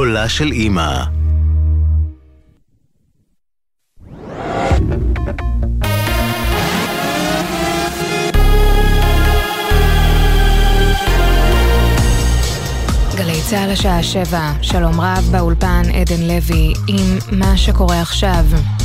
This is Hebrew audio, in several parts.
קולה של אמא. גלי צהל השעה 7, שלום רב באולפן עדן לוי עם מה שקורה עכשיו.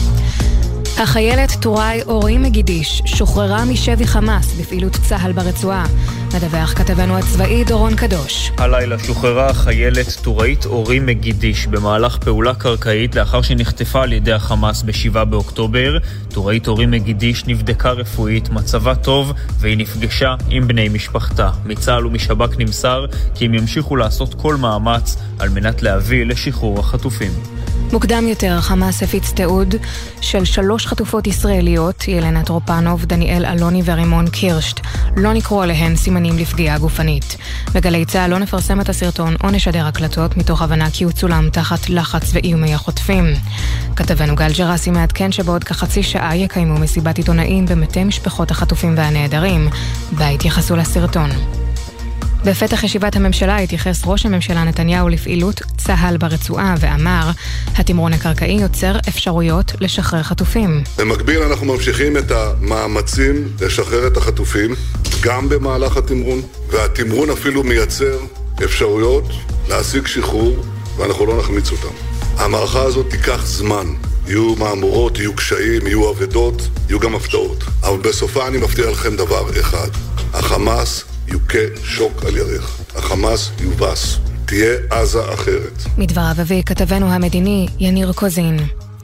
החיילת טוראי אורי מגידיש שוחררה משבי חמאס בפעילות צהל ברצועה. מדווח כתבנו הצבאי דורון קדוש. הלילה שוחררה החיילת טוראית אורי מגידיש במהלך פעולה קרקעית לאחר שנחטפה על ידי החמאס ב7 באוקטובר. טוראית אורי מגידיש נבדקה רפואית, מצבה טוב, והיא נפגשה עם בני משפחתה. מצה"ל ומשב"כ נמסר כי הם ימשיכו לעשות כל מאמץ על מנת להביא לשחרור החטופים. מוקדם יותר, חמאס הפיץ תיעוד של 3 חטופות ישראליות, ילנה טרופנוב, דניאל אלוני ורימון קירשט. לא נקראו עליהן סימנים לפגיעה גופנית. בגלי צהל לא נפרסם את הסרטון או נשדר הקלטות מתוך הבנה כי הוא צולם תחת לחץ ואיומי החוטפים. כתבנו גל ג'רסי מעדכן שבעוד כחצי שעה יקיימו מסיבת עיתונאים במתי משפחות החטופים והנעדרים, בה התייחסו לסרטון. בפתח ישיבת הממשלה התייחס ראש הממשלה נתניהו לפעילות צהל ברצועה ואמר, התמרון הקרקעי יוצר אפשרויות לשחרר חטופים. במקביל אנחנו ממשיכים את המאמצים לשחרר את החטופים גם במהלך התמרון, והתמרון אפילו מייצר אפשרויות להשיג שחרור ואנחנו לא נחמיץ אותם. המערכה הזאת תיקח זמן, יהיו מאמורות, יהיו קשיים, יהיו עבדות, יהיו גם הפתעות, אבל בסופה אני מבטיח לכם דבר אחד, החמאס יוכה שוק על ירך. החמאס יובס. תהיה עזה אחרת. מדבריו הביא כתבנו המדיני יניר קוזין.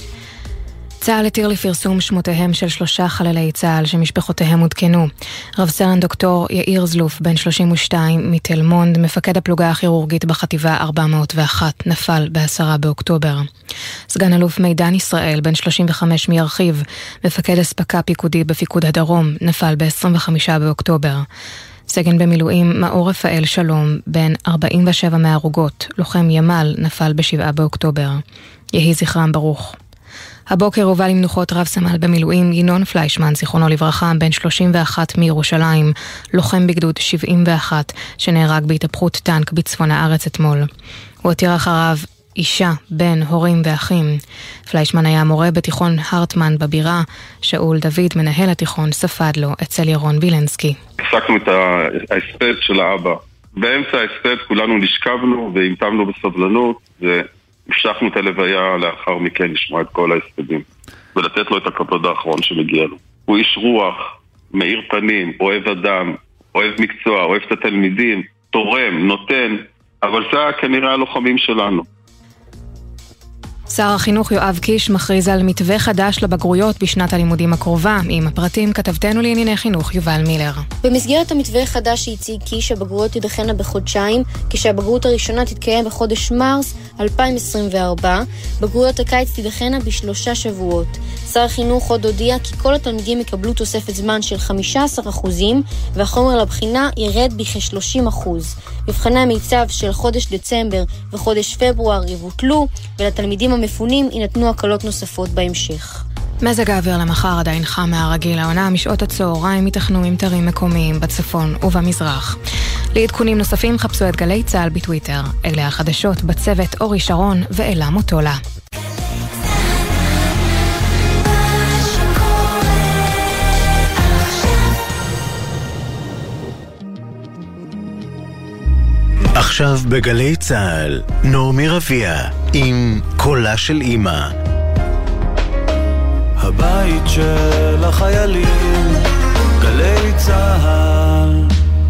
צה"ל התיר לפרסום שמותיהם של 3 חללי צה"ל שמשפחותיהם עודכנו. רב סרן דוקטור יאיר זלוף, בן 32 מתל מונד, מפקד הפלוגה הכירורגית בחטיבה 401, נפל ב10 באוקטובר. סגן אלוף מידן ישראל, בן 35 מירחיב, מפקד הספקה פיקודי בפיקוד הדרום, נפל ב25 באוקטובר. סגן במילואים מאור רפאל שלום, בן 47 מהרוגות, לוחם ימל, נפל ב7 באוקטובר. יהי זכרם ברוך. הבוקר הובא למנוחות רב סמל במילואים ינון פליישמן, זיכרונו לברכה, בן 31 מירושלים, לוחם בגדוד 71, שנהרג בהתהפכות טנק בצפון הארץ אתמול. הוא הותיר אחריו אישה, בן, הורים ואחים. פליישמן היה מורה בתיכון הרטמן בבירה. שאול דוד, מנהל התיכון, ספד לו אצל ירון וילנסקי. הפסקנו את ההספד של האבא. באמצע ההספד כולנו נשכבנו והמתמנו בסבלנות והמשכנו את הלוויה לאחר מכן לשמוע את כל ההספדים ולתת לו את הכבוד האחרון שמגיע לו. הוא איש רוח, מאיר פנים, אוהב אדם, אוהב מקצוע, אוהב את התלמידים, תורם, נותן, אבל זה כנראה הלוחמים שלנו. שר החינוך יואב קיש מכריז על מתווה חדש לבגרויות בשנת הלימודים הקרובה. עם הפרטים כתבתנו לענייני חינוך יובל מילר. במסגרת המתווה החדש שהציג קיש, הבגרויות תידחנה בחודשיים, כשהבגרות הראשונה תתקיים בחודש מרס 2024. בגרויות הקיץ תידחנה ב3 שבועות. שר החינוך עוד הודיע כי כל התלמידים יקבלו תוספת זמן של 15% והחומר לבחינה ירד בכ-30%. מבחני המיצב של חודש דצמבר וחודש פברואר יבוטלו, ולתלמידים המפונים יינתנו הקלות נוספות בהמשך. מזג האוויר למחר עדיין חם מהרגיל. העונה משעות הצהריים ייתכנו ממטרים מקומיים בצפון ובמזרח. לעדכונים נוספים חפשו את גלי צהל בטוויטר. אלה החדשות בצוות אורי שרון ואלה מוטולה. עכשיו בגלי צהל, נעמי רביע עם קולה של אמא. הבית של החיילים, גלי צהל.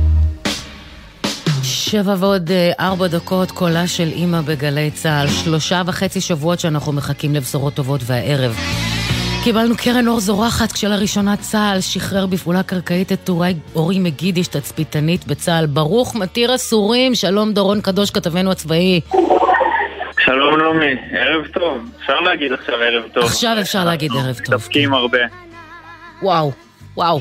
7:04, קולה של אמא בגלי צהל. 3.5 שבועות שאנחנו מחכים לבשורות טובות, והערב קיבלנו קרן אור זורחת כשלראשונה צה"ל שחרר בפעולה קרקעית את טוראי אורי מגידיש, תצפיתנית בצה"ל. ברוך מתיר אסורים. שלום דורון קדוש, כתבנו הצבאי. שלום נעמי, ערב טוב. אפשר להגיד עכשיו ערב טוב. עכשיו אפשר להגיד ערב טוב. דפקים הרבה. וואו.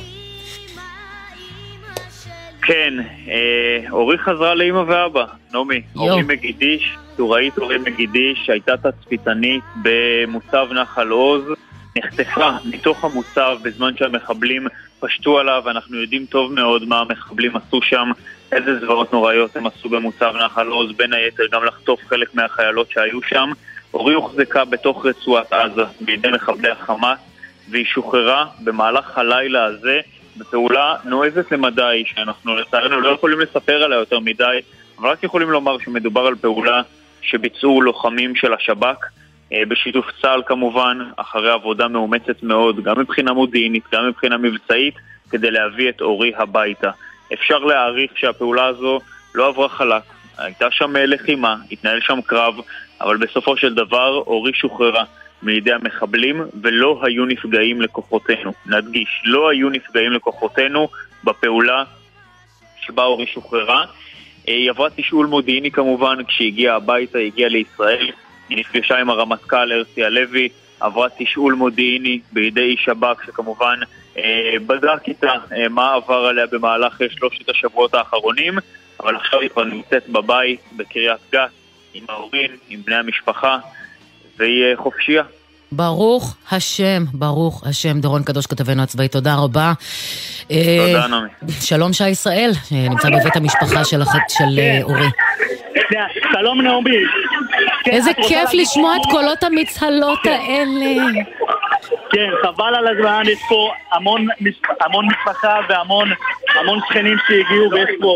כן, אורי חזרה לאמא ואבא, נעמי. אורי מגידיש, טוראית אורי מגידיש, הייתה תצפיתנית במוצב נחל עוז. נחטפה מתוך המוצב בזמן שהמחבלים פשטו עליו. אנחנו יודעים טוב מאוד מה המחבלים עשו שם. איזה זוועות נוראיות הם עשו במוצב נחל עוז, בין היתר גם לחטוף חלק מהחיילות שהיו שם. אורי הוחזקה בתוך רצועת עזה בידי מחבלי החמאס, והיא שוחררה במהלך הלילה הזה בפעולה נועזת למדי, שאנחנו לצערנו לא יכולים לספר עליה יותר מדי, אבל רק יכולים לומר שמדובר על פעולה שביצעו לוחמים של השב"כ, בשיתוף צה"ל כמובן, אחרי עבודה מאומצת מאוד, גם מבחינה מודיעינית, גם מבחינה מבצעית, כדי להביא את אורי הביתה. אפשר להעריך שהפעולה הזו לא עברה חלק, הייתה שם לחימה, התנהל שם קרב, אבל בסופו של דבר אורי שוחררה מידי המחבלים ולא היו נפגעים לכוחותינו. נדגיש, לא היו נפגעים לכוחותינו בפעולה שבה אורי שוחררה. היא עברה תשאול מודיעיני כמובן, כשהגיעה הביתה, הגיעה לישראל, היא נפגשה עם הרמטכ"ל הרצי הלוי, עברה תשאול מודיעיני בידי איש שב"כ שכמובן בדק איתה מה עבר עליה במהלך 3 השבועות האחרונים, אבל עכשיו היא כבר נמצאת בבית בקריית גת עם ההורים, עם בני המשפחה, והיא חופשייה. ברוך השם, דורון קדוש כתבנו הצבאי, תודה רבה. תודה נעמי. שלום שי ישראל, נמצא בבית המשפחה של אורי. שלום נעמי. איזה כיף לשמוע את קולות המצהלות האלה. כן, חבל על הזמן, יש פה המון משפחה והמון שכנים שהגיעו ויש פה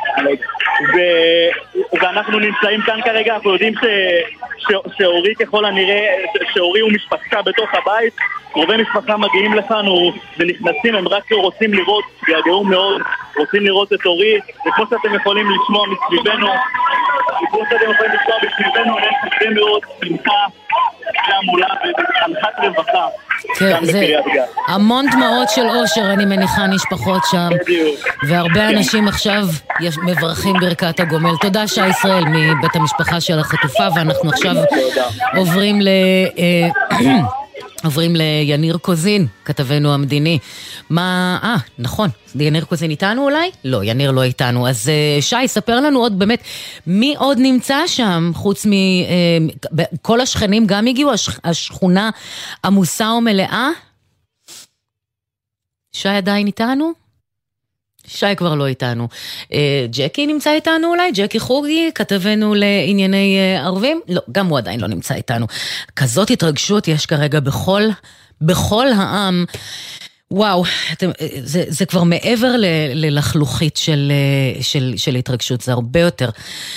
ואנחנו נמצאים כאן כרגע, אנחנו יודעים שאורי ככל הנראה, שאורי הוא משפחה בתוך הבית, קרובי משפחה מגיעים לכאן ונכנסים, הם רק רוצים לראות, יגעו מאוד, רוצים לראות את אורי, וכמו שאתם יכולים לשמוע מסביבנו, יש הרבה מאוד שמחה מולה ובחנכת רווחה. כן, זה המון דמעות של אושר, אני מניחה, נשפחות שם, והרבה אנשים עכשיו מברכים ברכת הגומל. תודה שי ישראל מבית המשפחה של החטופה, ואנחנו עכשיו עוברים ליניר קוזין, כתבנו המדיני. נכון, יניר קוזין איתנו אולי? לא, יניר לא איתנו. אז שי, ספר לנו עוד באמת, מי עוד נמצא שם, חוץ כל השכנים גם הגיעו, השכונה עמוסה ומלאה? שי עדיין איתנו? שי כבר לא איתנו. ג'קי נמצא איתנו אולי? ג'קי חוגי, כתבנו לענייני ערבים? לא, גם הוא עדיין לא נמצא איתנו. כזאת התרגשות יש כרגע בכל העם. וואו, זה כבר מעבר ללחלוכית של התרגשות, זה הרבה יותר.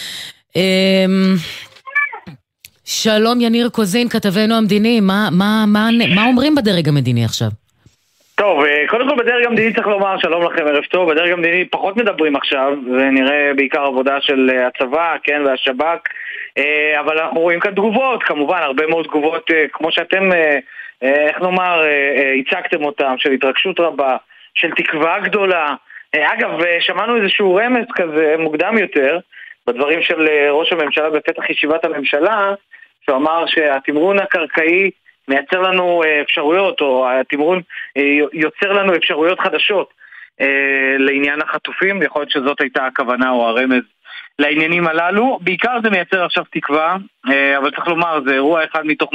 שלום יניר קוזין, כתבנו המדיני, מה אומרים בדרג המדיני עכשיו? טוב, קודם כל בדרג המדיני צריך לומר, שלום לכם, ערב טוב, בדרג המדיני פחות מדברים עכשיו, זה נראה בעיקר עבודה של הצבא, כן, והשב"כ, אבל אנחנו רואים כאן תגובות, כמובן, הרבה מאוד תגובות, כמו שאתם, איך נאמר, הצגתם אותם, של התרגשות רבה, של תקווה גדולה. אגב, שמענו איזשהו רמז כזה מוקדם יותר, בדברים של ראש הממשלה בפתח ישיבת הממשלה, שהוא אמר שהתמרון הקרקעי מייצר לנו אפשרויות, או התמרון יוצר לנו אפשרויות חדשות לעניין החטופים. יכול להיות שזאת הייתה הכוונה או הרמז לעניינים הללו. בעיקר זה מייצר עכשיו תקווה, אבל צריך לומר, זה אירוע אחד מתוך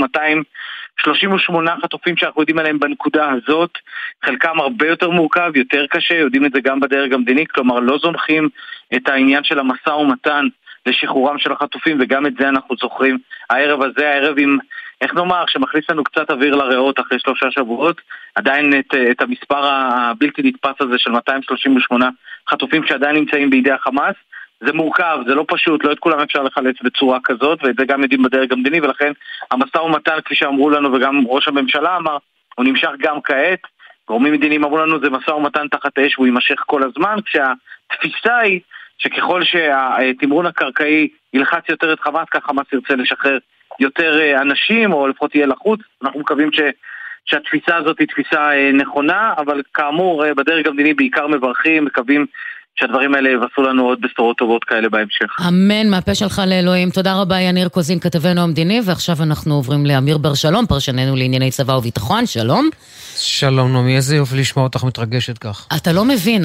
238 חטופים שאנחנו יודעים עליהם בנקודה הזאת. חלקם הרבה יותר מורכב, יותר קשה, יודעים את זה גם בדרג המדיני, כלומר לא זונחים את העניין של המשא ומתן לשחרורם של החטופים, וגם את זה אנחנו זוכרים. הערב הזה, הערב עם, איך נאמר, שמכניס לנו קצת אוויר לריאות אחרי 3 שבועות, עדיין את המספר הבלתי נתפס הזה של 238 חטופים שעדיין נמצאים בידי החמאס. זה מורכב, זה לא פשוט, לא את כולם אפשר לחלץ בצורה כזאת, ואת זה גם יודעים בדרג המדיני, ולכן המשא ומתן, כפי שאמרו לנו, וגם ראש הממשלה אמר, הוא נמשך גם כעת. גורמים מדיניים אמרו לנו, זה משא ומתן תחת אש, והוא יימשך כל הזמן, כשהתפיסה היא שככל שהתמרון הקרקעי ילחץ יותר את חמאס, כך חמאס ירצה לשחרר יותר אנשים, או לפחות יהיה לחוץ. אנחנו מקווים שהתפיסה הזאת היא תפיסה נכונה, אבל כאמור, בדרג המדיני בעיקר מברכים, מקווים שהדברים האלה יבשרו לנו עוד בשורות טובות כאלה בהמשך. אמן, מהפה שלך לאלוהים. תודה רבה יניר קוזין, כתבנו המדיני, ועכשיו אנחנו עוברים לאמיר בר שלום, פרשננו לענייני צבא וביטחון. שלום. שלום נעמי, איזה יופי לשמוע אותך מתרגשת כך. אתה לא מבין,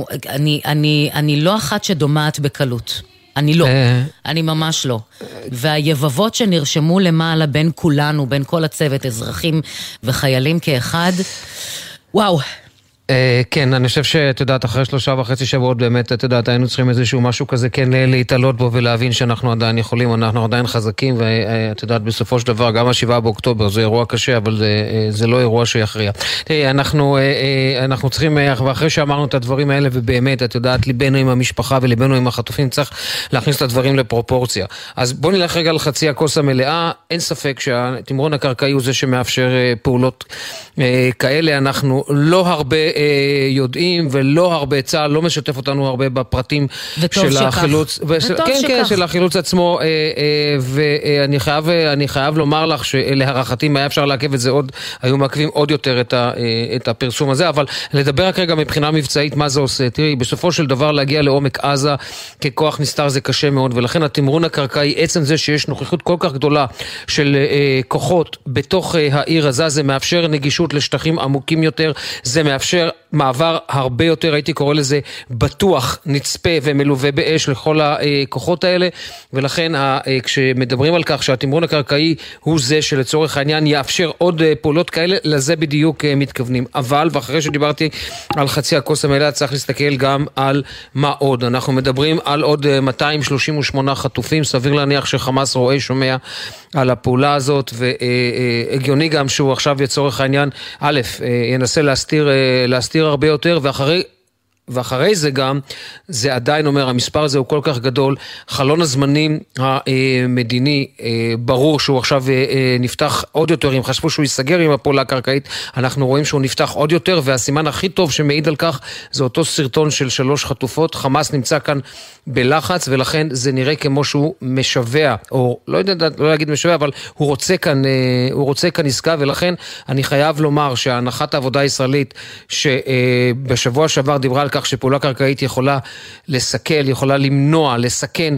אני לא אחת שדומעת בקלות. אני לא, אני ממש לא. והיבבות שנרשמו למעלה בין כולנו, בין כל הצוות, אזרחים וחיילים כאחד, וואו. כן, אני חושב שאת יודעת, אחרי 3.5 שבועות באמת, את יודעת, היינו צריכים איזשהו משהו כזה כן להתעלות בו ולהבין שאנחנו עדיין יכולים, אנחנו עדיין חזקים, ואת יודעת, בסופו של דבר, גם 7 באוקטובר זה אירוע קשה, אבל זה לא אירוע שיכריע. אנחנו צריכים, ואחרי שאמרנו את הדברים האלה, ובאמת, את יודעת, ליבנו עם המשפחה וליבנו עם החטופים, צריך להכניס את הדברים לפרופורציה. אז בוא נלך רגע על חצי הכוס המלאה. אין ספק שהתמרון הקרקעי הוא זה שמאפשר פעולות כאלה. אנחנו לא הרבה יודעים, ולא הרבה צה"ל לא משתף אותנו הרבה בפרטים של החילוץ. כן, של החילוץ עצמו, ואני חייב לומר לך שלהערכתי היה אפשר לעכב את זה עוד, היו מעכבים עוד יותר את הפרסום הזה, אבל לדבר רק רגע מבחינה מבצעית מה זה עושה. תראי, בסופו של דבר להגיע לעומק עזה ככוח נסתר זה קשה מאוד, ולכן התמרון הקרקעי, עצם זה שיש נוכחות כל כך גדולה של כוחות בתוך העיר הזה, זה מאפשר נגישות לשטחים עמוקים יותר, זה מאפשר מעבר הרבה יותר, הייתי קורא לזה בטוח, נצפה ומלווה באש לכל הכוחות האלה, ולכן כשמדברים על כך שהתמרון הקרקעי הוא זה שלצורך העניין יאפשר עוד פעולות כאלה, לזה בדיוק מתכוונים. אבל, ואחרי שדיברתי על חצי הכוס המלאה, צריך להסתכל גם על מה עוד. אנחנו מדברים על עוד 238 חטופים, סביר להניח שחמאס רואה, שומע על הפעולה הזאת, והגיוני גם שהוא עכשיו יצורך העניין, א', ינסה להסתיר הרבה יותר, ואחרי זה גם, זה עדיין אומר, המספר הזה הוא כל כך גדול, חלון הזמנים המדיני, ברור שהוא עכשיו נפתח עוד יותר, אם חשבו שהוא ייסגר עם הפעולה הקרקעית, אנחנו רואים שהוא נפתח עוד יותר, והסימן הכי טוב שמעיד על כך, זה אותו סרטון של 3 חטופות, חמאס נמצא כאן בלחץ, ולכן זה נראה כמו שהוא משווה, או לא יודע, לא להגיד משווה, אבל הוא רוצה כאן עסקה, ולכן אני חייב לומר שהנחת העבודה הישראלית, שבשבוע שעבר דיברה על כך שפעולה קרקעית יכולה לסכל, יכולה למנוע, לסכן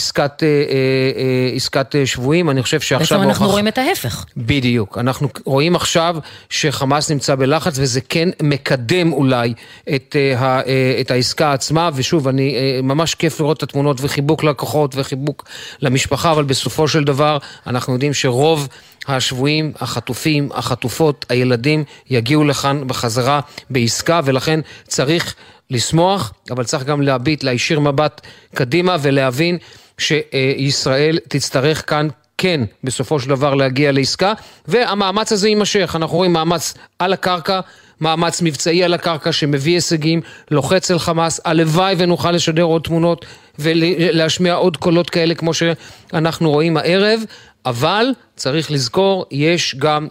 עסקת שבויים, אני חושב שעכשיו... בעצם אנחנו רואים את ההפך. בדיוק, אנחנו רואים עכשיו שחמאס נמצא בלחץ, וזה כן מקדם אולי את העסקה עצמה, ושוב, אני ממש כיף לראות את התמונות, וחיבוק לכוחות, וחיבוק למשפחה, אבל בסופו של דבר, אנחנו יודעים שרוב השבויים, החטופים, החטופות, הילדים, יגיעו לכאן בחזרה בעסקה, ולכן צריך לשמוח, אבל צריך גם להישיר מבט קדימה, ולהבין שישראל תצטרך כאן כן, בסופו של דבר להגיע לעסקה, והמאמץ הזה יימשך. אנחנו רואים מאמץ על הקרקע, מאמץ מבצעי על הקרקע שמביא הישגים, לוחץ אל חמאס, הלוואי ונוכל לשדר עוד תמונות ולהשמיע עוד קולות כאלה כמו שאנחנו רואים הערב, אבל צריך לזכור, יש גם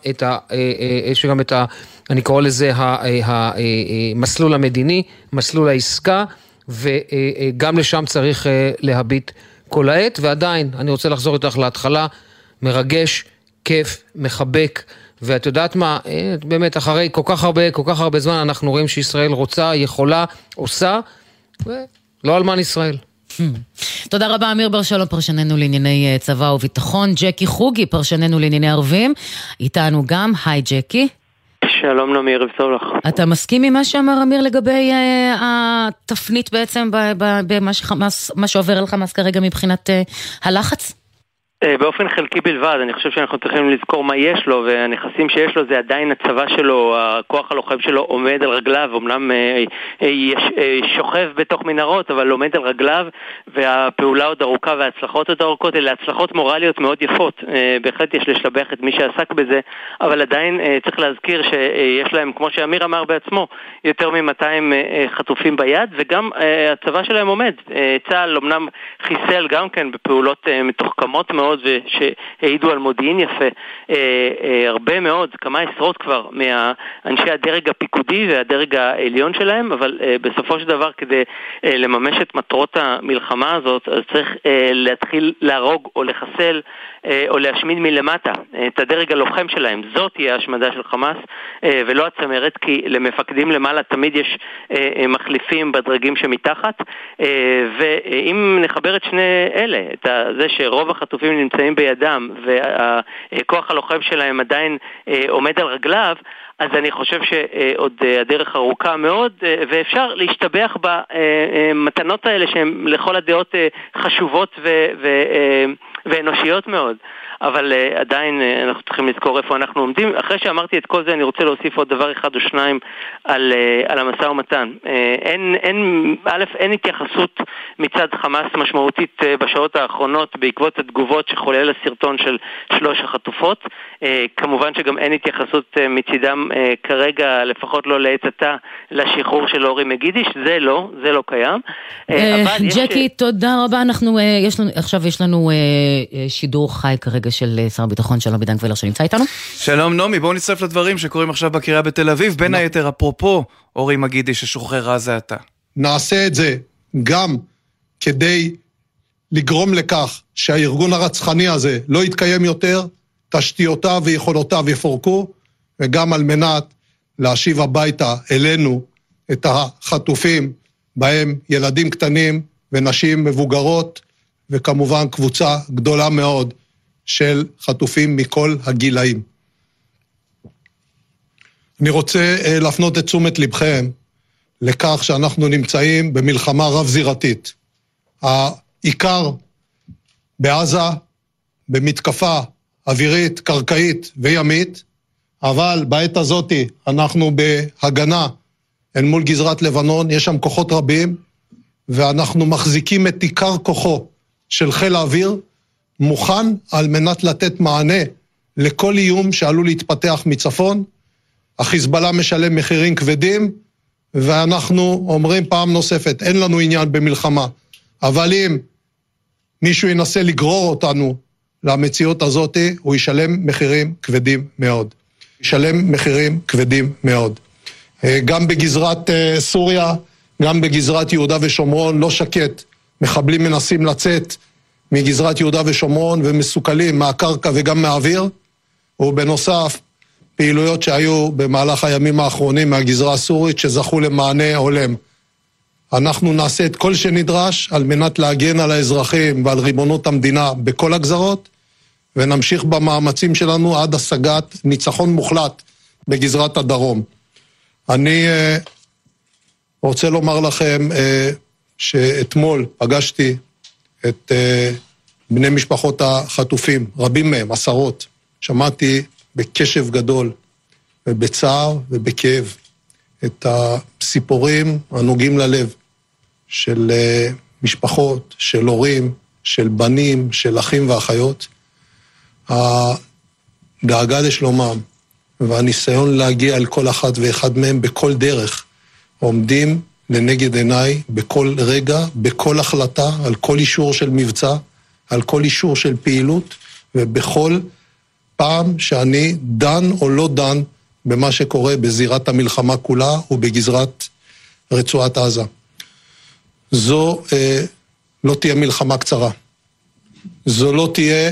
את אני קורא לזה המסלול המדיני, מסלול העסקה, וגם לשם צריך להביט כל העת, ועדיין, אני רוצה לחזור איתך להתחלה, מרגש, כיף, מחבק, ואת יודעת מה, באמת אחרי כל כך הרבה זמן, אנחנו רואים שישראל רוצה, יכולה, עושה, ולא אלמן ישראל. תודה רבה אמיר בר שלום, פרשננו לענייני צבא וביטחון, ג'קי חוגי, פרשננו לענייני ערבים, איתנו גם, היי ג'קי. שלום נעמי, ערב טוב לך. אתה מסכים עם מה שאמר אמיר לגבי התפנית בעצם במה שעובר על חמאס כרגע מבחינת הלחץ? באופן חלקי בלבד, אני חושב שאנחנו צריכים לזכור מה יש לו, והנכסים שיש לו זה עדיין הצבא שלו, הכוח הלוחם שלו עומד על רגליו, אמנם שוכב בתוך מנהרות, אבל עומד על רגליו, והפעולה עוד ארוכה וההצלחות עוד ארוכות, אלה הצלחות מורליות מאוד יפות, בהחלט יש לשבח את מי שעסק בזה, אבל עדיין צריך להזכיר שיש להם, כמו שאמיר אמר בעצמו, יותר מ-200 חטופים ביד, וגם הצבא שלהם עומד. צה"ל אמנם חיסל גם כן בפעולות מתוחכמות מאוד, ושהעידו על מודיעין יפה, הרבה מאוד, כמה עשרות כבר מאנשי הדרג הפיקודי והדרג העליון שלהם, אבל בסופו של דבר כדי לממש את מטרות המלחמה הזאת, אז צריך להתחיל להרוג או לחסל או להשמיד מלמטה את הדרג הלוחם שלהם. זאת תהיה השמדה של חמאס ולא הצמרת, כי למפקדים למעלה תמיד יש מחליפים בדרגים שמתחת, ואם נחבר את שני אלה, את זה שרוב החטופים נמצאים בידם והכוח הלוחם שלהם עדיין עומד על רגליו, אז אני חושב שעוד הדרך ארוכה מאוד, ואפשר להשתבח במתנות האלה שהן לכל הדעות חשובות ואנושיות מאוד. אבל עדיין אנחנו צריכים לזכור איפה אנחנו עומדים. אחרי שאמרתי את כל זה, אני רוצה להוסיף עוד דבר אחד או שניים על המשא ומתן. אין התייחסות מצד חמאס משמעותית בשעות האחרונות בעקבות התגובות שחולל הסרטון של 3 החטופות. כמובן שגם אין התייחסות מצידם כרגע, לפחות לא לעת עתה, לשחרור של אורי מגידיש. זה לא קיים. ג'קי, תודה רבה. עכשיו יש לנו שידור חי כרגע של שר הביטחון שלום בידן גבלר שנמצא איתנו. שלום נעמי, בואו נצטרף לדברים שקורים עכשיו בקריה בתל אביב, בין היתר אפרופו אורי מגידיש ששוחרר זה עתה. נעשה את זה גם כדי לגרום לכך שהארגון הרצחני הזה לא יתקיים יותר, תשתיותיו ויכולותיו יפורקו, וגם על מנת להשיב הביתה אלינו את החטופים, בהם ילדים קטנים ונשים מבוגרות, וכמובן קבוצה גדולה מאוד של חטופים מכל הגילאים. אני רוצה להפנות את תשומת לבכם לכך שאנחנו נמצאים במלחמה רב-זירתית. העיקר בעזה, במתקפה אווירית, קרקעית וימית, אבל בעת הזאת אנחנו בהגנה אל מול גזרת לבנון, יש שם כוחות רבים, ואנחנו מחזיקים את עיקר כוחו של חיל האוויר, מוכן על מנת לתת מענה לכל איום שעלול להתפתח מצפון. החיזבאללה משלם מחירים כבדים, ואנחנו אומרים פעם נוספת, אין לנו עניין במלחמה, אבל אם מישהו ינסה לגרור אותנו למציאות הזאת, הוא ישלם מחירים כבדים מאוד. ישלם מחירים כבדים מאוד. גם בגזרת סוריה, גם בגזרת יהודה ושומרון, לא שקט. מחבלים מנסים לצאת מגזרת יהודה ושומרון ומסוכלים מהקרקע וגם מהאוויר, ובנוסף פעילויות שהיו במהלך הימים האחרונים מהגזרה הסורית שזכו למענה הולם. אנחנו נעשה את כל שנדרש על מנת להגן על האזרחים ועל ריבונות המדינה בכל הגזרות, ונמשיך במאמצים שלנו עד השגת ניצחון מוחלט בגזרת הדרום. אני רוצה לומר לכם שאתמול פגשתי את בני משפחות החטופים, רבים מהם, עשרות. שמעתי בקשב גדול ובצער ובכאב את הסיפורים הנוגעים ללב של משפחות, של הורים, של בנים, של אחים ואחיות. הדאגה לשלומם והניסיון להגיע אל כל אחת ואחד מהם בכל דרך עומדים לנגד עיניי בכל רגע, בכל החלטה, על כל אישור של מבצע, על כל אישור של פעילות, ובכל פעם שאני דן או לא דן במה שקורה בזירת המלחמה כולה ובגזרת רצועת עזה. זו לא תהיה מלחמה קצרה. זו לא תהיה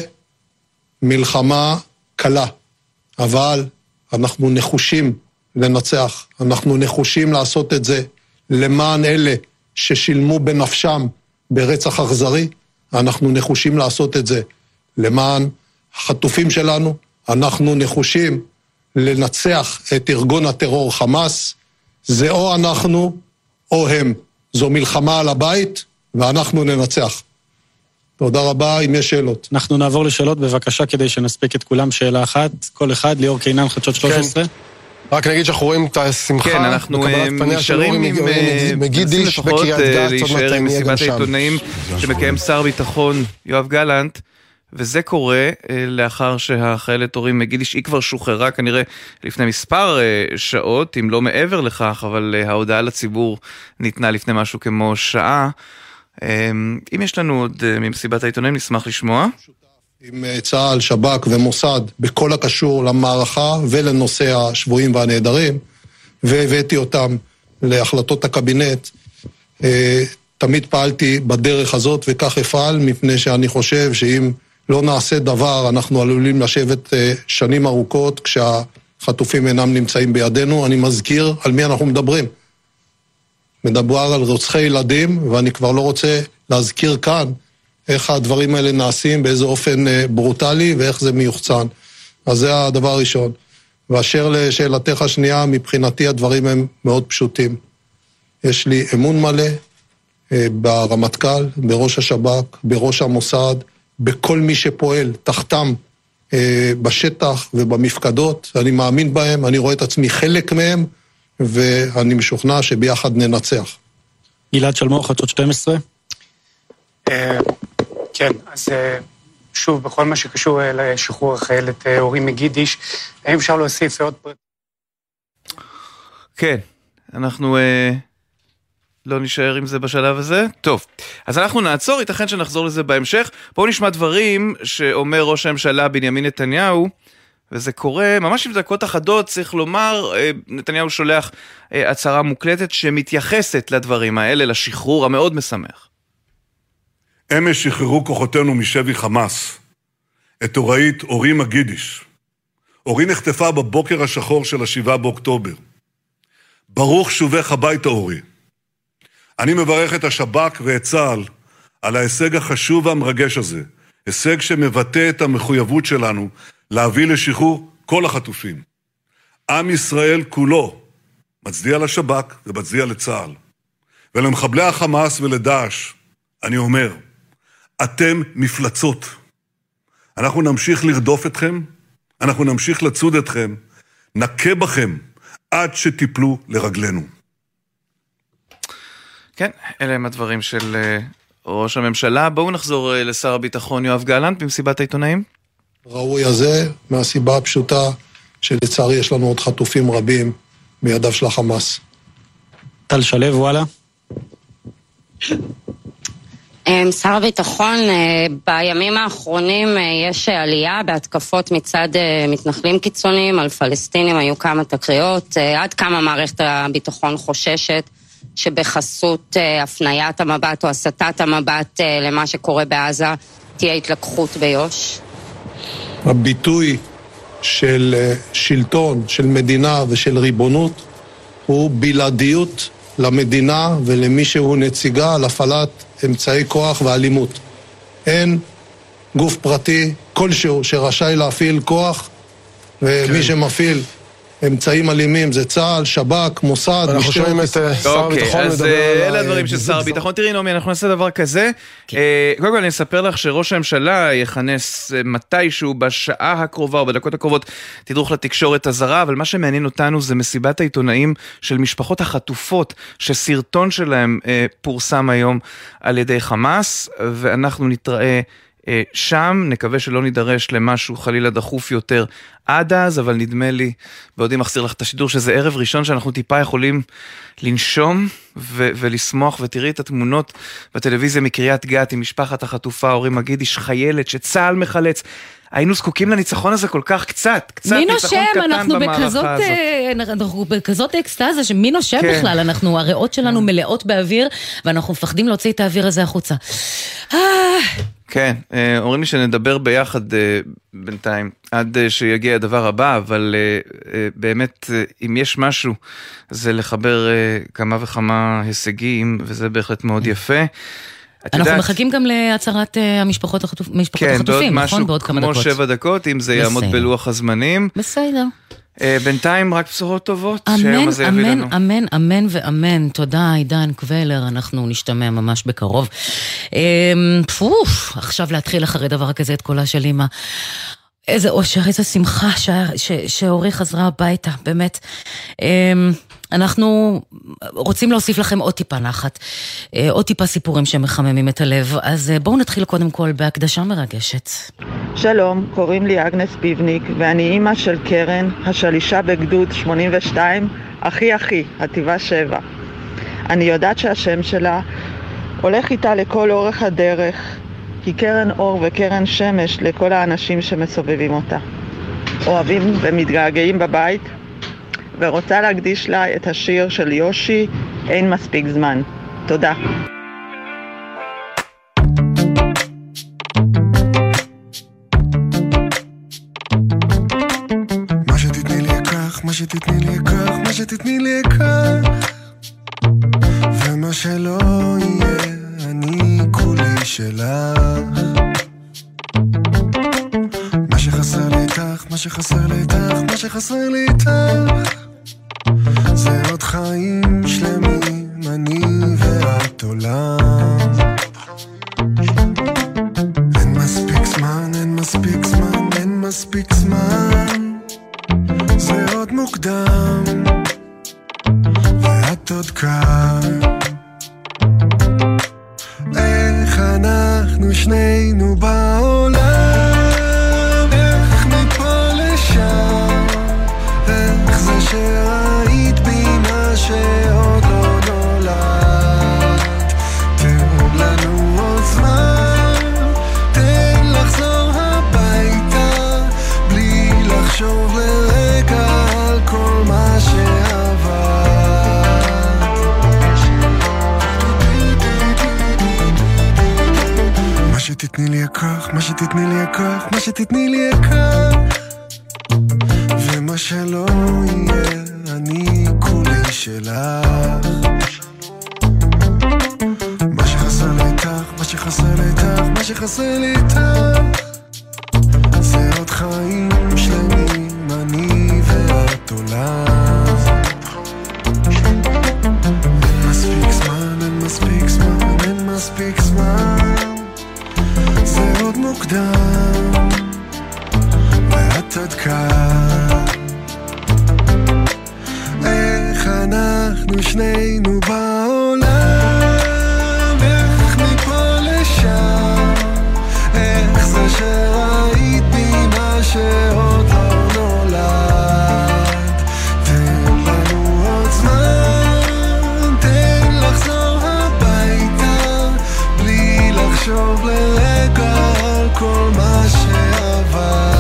מלחמה קלה, אבל אנחנו נחושים לנצח, אנחנו נחושים לעשות את זה למען אלה ששילמו בנפשם ברצח אכזרי, אנחנו נחושים לעשות את זה למען החטופים שלנו, אנחנו נחושים לנצח את ארגון הטרור חמאס, זה או אנחנו או הם, זו מלחמה על הבית ואנחנו ננצח. תודה רבה, אם יש שאלות. אנחנו נעבור לשאלות בבקשה כדי שנספיק את כולם. שאלה אחת, כל אחד, ליאור קינן, חדשות 13. רק נגיד שאנחנו רואים את השמחה. כן, אנחנו נשארים עם מגידיש בקריית גת, להישאר עם מסיבת העיתונאים שמקיים שר ביטחון יואב גלנט, וזה קורה לאחר שהחיילת אורי מגידיש, היא כבר שוחררה כנראה לפני מספר שעות, אם לא מעבר לכך, אבל ההודעה לציבור ניתנה לפני משהו כמו שעה. אם יש לנו עוד ממסיבת העיתונאים, נשמח לשמוע. עם צה"ל, שב"כ ומוסד בכל הקשור למערכה ולנושא השבויים והנעדרים, והבאתי אותם להחלטות הקבינט. תמיד פעלתי בדרך הזאת וכך אפעל, מפני שאני חושב שאם לא נעשה דבר, אנחנו עלולים לשבת שנים ארוכות כשהחטופים אינם נמצאים בידינו. אני מזכיר על מי אנחנו מדברים. מדבר על רוצחי ילדים, ואני כבר לא רוצה להזכיר כאן איך הדברים האלה נעשים, באיזה אופן ברוטלי ואיך זה מיוחצן. אז זה הדבר הראשון. ואשר לשאלתך השנייה, מבחינתי הדברים הם מאוד פשוטים. יש לי אמון מלא ברמטכ"ל, בראש השב"כ, בראש המוסד, בכל מי שפועל תחתם בשטח ובמפקדות. אני מאמין בהם, אני רואה את עצמי חלק מהם, ואני משוכנע שביחד ננצח. גלעד שלמור, חדשות 12. כן, אז שוב, בכל מה שקשור לשחרור החיילת אורי מגידיש, האם אפשר להוסיף עוד פרט? כן, אנחנו לא נשאר עם זה בשלב הזה. טוב, אז אנחנו נעצור, ייתכן שנחזור לזה בהמשך. בואו נשמע דברים שאומר ראש הממשלה בנימין נתניהו, וזה קורה ממש עם דקות אחדות, צריך לומר, נתניהו שולח הצהרה מוקלטת שמתייחסת לדברים האלה, לשחרור המאוד משמח. אמש שחררו כוחותינו משבי חמאס את אוראית אורי מגידיש. אורי נחטפה בבוקר השחור של 7 באוקטובר. ברוך שובך הביתה אורי. אני מברך את השב"כ ואת צה"ל על ההישג החשוב והמרגש הזה, הישג שמבטא את המחויבות שלנו להביא לשחרור כל החטופים. עם ישראל כולו מצדיע לשב"כ ומצדיע לצה"ל. ולמחבלי החמאס ולדאעש אני אומר, אתם מפלצות. אנחנו נמשיך לרדוף אתכם, אנחנו נמשיך לצוד אתכם, נכה בכם עד שתיפלו לרגלינו. כן, אלה הם הדברים של ראש הממשלה. בואו נחזור לשר הביטחון יואב גלנט במסיבת העיתונאים. ראוי הזה מהסיבה הפשוטה שלצערי יש לנו עוד חטופים רבים מידיו של החמאס. טל שלב, וואלה. שר הביטחון, בימים האחרונים יש עלייה בהתקפות מצד מתנחלים קיצוניים על פלסטינים, היו כמה תקריות, עד כמה מערכת הביטחון חוששת שבחסות הפניית המבט או הסטת המבט למה שקורה בעזה תהיה התלקחות ביוש? הביטוי של שלטון, של מדינה ושל ריבונות הוא בלעדיות למדינה ולמי שהוא נציגה על הפעלת אמצעי כוח ואלימות. אין גוף פרטי כלשהו שרשאי להפעיל כוח, ומי שמפעיל אמצעים אלימים זה צה"ל, שב"כ, מוסד, אנחנו שומעים את שר הביטחון אז אלה הדברים של שר הביטחון. תראי נעמי, אנחנו נעשה דבר כזה. קודם כל אני אספר לך שראש הממשלה יכנס מתישהו בשעה הקרובה או בדקות הקרובות תדרוך לתקשורת הזרה, אבל מה שמעניין אותנו זה מסיבת העיתונאים של משפחות החטופות שסרטון שלהם פורסם היום על ידי חמאס, ואנחנו נתראה שם, נקווה שלא נידרש למשהו חלילה דחוף יותר עד אז, אבל נדמה לי, בעודי מחזיר לך את השידור, שזה ערב ראשון שאנחנו טיפה יכולים לנשום ולשמוח, ותראי את התמונות בטלוויזיה מקריית גת עם משפחת החטופה אורי מגידיש, חיילת שצה"ל מחלץ. היינו זקוקים לניצחון הזה כל כך קצת ניצחון קטן במערכה הזאת. אנחנו בכזאת אקסטאזה שמי נושם בכלל, אנחנו, הריאות שלנו מלאות באוויר, ואנחנו מפחדים להוציא את האוויר הזה החוצה. כן, אומרים לי שנדבר ביחד בינתיים, עד שיגיע הדבר הבא, אבל באמת, אם יש משהו, זה לחבר כמה וכמה הישגים, וזה בהחלט מאוד יפה. אנחנו מחכים גם להצהרת המשפחות החטופים, נכון? בעוד כמה דקות. כמו 7 דקות, אם זה יעמוד בלוח הזמנים. בסדר. בינתיים רק בשורות טובות, שהיום הזה יביא לנו. אמן, אמן ואמן. תודה, עידן קבלר, אנחנו נשתמע ממש בקרוב. עכשיו להתחיל אחרי דבר כזה את קולה של אמא. איזה אושר, איזה שמחה שאורי חזרה הביתה, באמת. אנחנו רוצים להוסיף לכם עוד טיפה נחת, עוד טיפה סיפורים שמחממים את הלב, אז בואו נתחיל קודם כל בהקדשה מרגשת. שלום, קוראים לי אגנס ביבניק, ואני אימא של קרן, השלישה בגדוד 82, אחי, חטיבה 7. אני יודעת שהשם שלה הולך איתה לכל אורך הדרך, כי קרן אור וקרן שמש לכל האנשים שמסובבים אותה. אוהבים ומתגעגעים בבית, ורוצה להקדיש לה את השיר של יושי, אין מספיק זמן. תודה. מה שתתני לי אקח, מה שתתני לי אקח, מה שתתני לי אקח, ומה שלא יהיה, אני כולי שלך. מה שחסר לי איתך, מה שחסר לי איתך, מה שחסר לי איתך, זה עוד חיים שלמים, אני ואת עולם. אין מספיק מספיק זמן, זה עוד מוקדם, ואת עוד כאן. איך אנחנו שנינו בעולם, איך מפה לשם, איך זה שראית בי מה שעוד לא נולד. תן לנו עוד זמן, תן לחזור הביתה, בלי לחשוב לרגע על כל מה שעבר. מה שתתני לי יקח, מה שתתני לי יקח, מה שתתני לי יקח, ומה שלא יהיה אני כולי שלך. מה שחסר לי איתך, מה שחסר לי איתך, מה שחסר לי איתך, זה עוד חיים שלמים אני ואת עולם. אין מספיק זמן, אין מספיק זמן, אין מספיק זמן, זה עוד מוקדם, ואת עוד כאן. איך אנחנו שנינו בעולם, איך מפה לשם, איך זה שראית בי מה שעוד לא נולד. תן לנו עוד זמן, תן לחזור הביתה, בלי לחשוב לרגע על כל מה שעבר.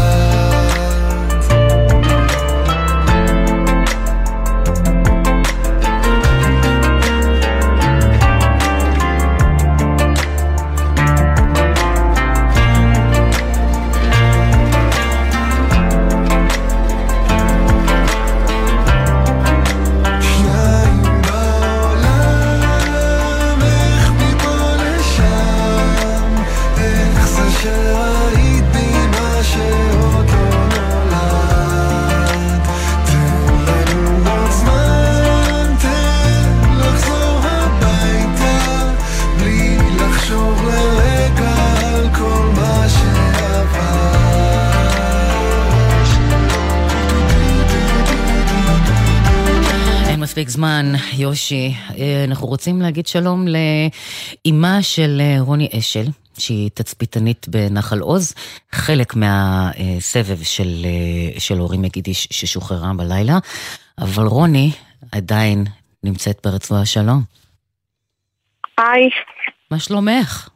מספיק זמן, יושי. אנחנו רוצים להגיד שלום לאימה של רוני אשל, שהיא תצפיתנית בנחל עוז, חלק מהסבב של הורים מגידיש ששוחררה בלילה, אבל רוני עדיין נמצאת ברצועה. שלום. היי. מה שלומך?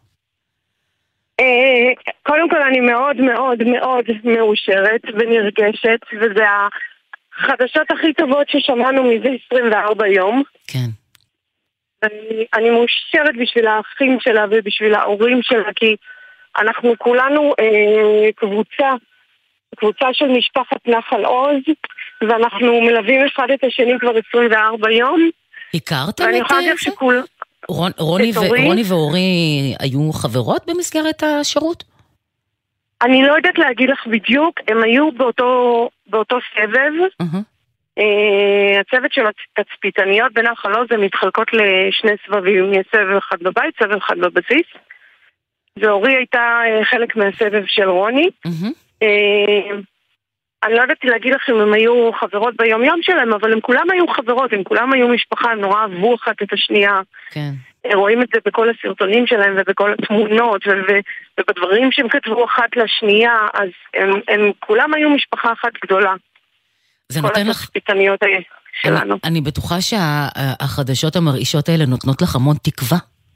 קודם כל אני מאוד מאוד מאוד מאושרת ונרגשת, וזה החדשות הכי טובות ששמענו מזה 24 יום. כן. אני מאושרת בשביל האחים שלה ובשביל ההורים שלה, כי אנחנו כולנו קבוצה של משפחת נחל עוז, ואנחנו מלווים אחד את השני כבר 24 יום. הכרתם את זה? רוני ואורי היו חברות במסגרת השירות? אני לא יודעת להגיד לך בדיוק, הם היו באותו סבב. הצוות של התצפיתניות בנחל עוז הן מתחלקות לשני סבבים, יש סבב אחד בבית, סבב אחד בבסיס, ואורי הייתה חלק מהסבב של רוני. אני לא יודעת להגיד לך אם הם היו חברות ביום יום שלהם, אבל הם כולם היו חברות, הם כולם היו משפחה, הם נורא אהבו אחת את השנייה. כן. רואים את זה בכל הסרטונים שלהם ובכל התמונות ובדברים שהם כתבו אחת לשנייה, אז הם כולם היו משפחה אחת גדולה. זה נותן לך... שלנו. אני בטוחה שהחדשות המרעישות האלה נותנות לך המון תקווה.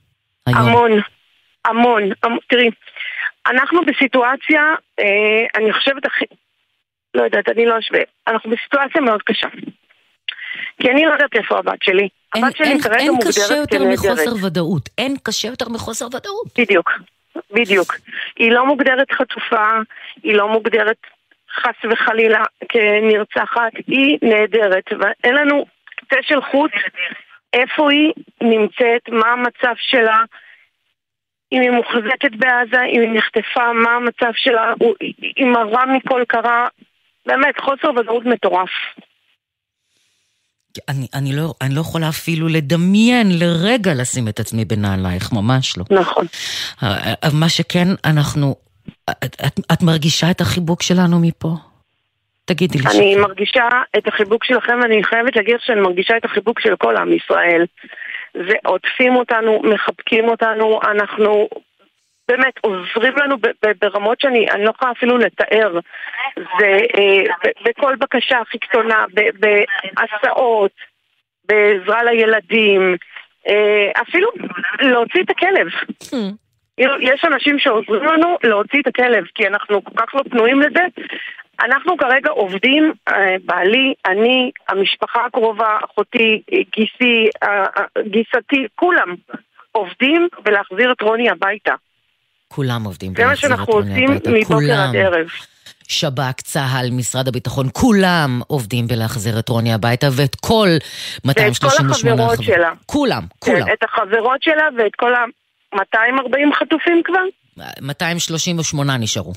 המון. תראי, אנחנו בסיטואציה, אני חושבת לא יודעת, אני לא אשווה, אנחנו בסיטואציה מאוד קשה. כי אני לא יודעת איפה הבת שלי. הבת שלי כרגע מוגדרת כנהדרת. אין קשה יותר מחוסר ודאות. אין קשה יותר מחוסר ודאות. בדיוק. היא לא מוגדרת חטופה, היא לא מוגדרת חס וחלילה כנרצחת, היא נהדרת, ואין לנו קצה של חוץ איפה היא נמצאת, מה המצב שלה, אם היא מוחזקת בעזה, אם היא נחטפה, מה המצב שלה, היא מראה מכל קרה, באמת חוסר ודאות מטורף. אני לא יכולה אפילו לדמיין לרגע לשים את עצמי בנעלייך, ממש לא. נכון. מה שכן, אנחנו את מרגישה את החיבוק שלנו מפה? תגידי לי. אני מרגישה את החיבוק שלכם, ואני חייבת להגיד שאני מרגישה את החיבוק של כל עם ישראל. ועוטפים אותנו, מחבקים אותנו, אנחנו באמת עוזרים לנו ברמות שאני לא יכולה אפילו לתאר. זה בכל בקשה הכי קטנה, בהסעות, בעזרה לילדים, אפילו להוציא את הכלב. יש אנשים שעוזרים לנו להוציא את הכלב, כי אנחנו כל כך לא פנויים לזה. אנחנו כרגע עובדים, בעלי, אני, המשפחה הקרובה, אחותי, גיסתי, כולם עובדים ולהחזיר את רוני הביתה. כולם עובדים ולהחזיר את רוני הביתה. זה מה שאנחנו עושים מבוקר עד ערב. שב"כ, צה"ל, משרד הביטחון, כולם עובדים בלהחזיר את רוני הביתה, ואת כל 238 ואת כל החברות שלה. כולם. את החברות שלה ואת כל 240 חטופים כבר? 238 נשארו.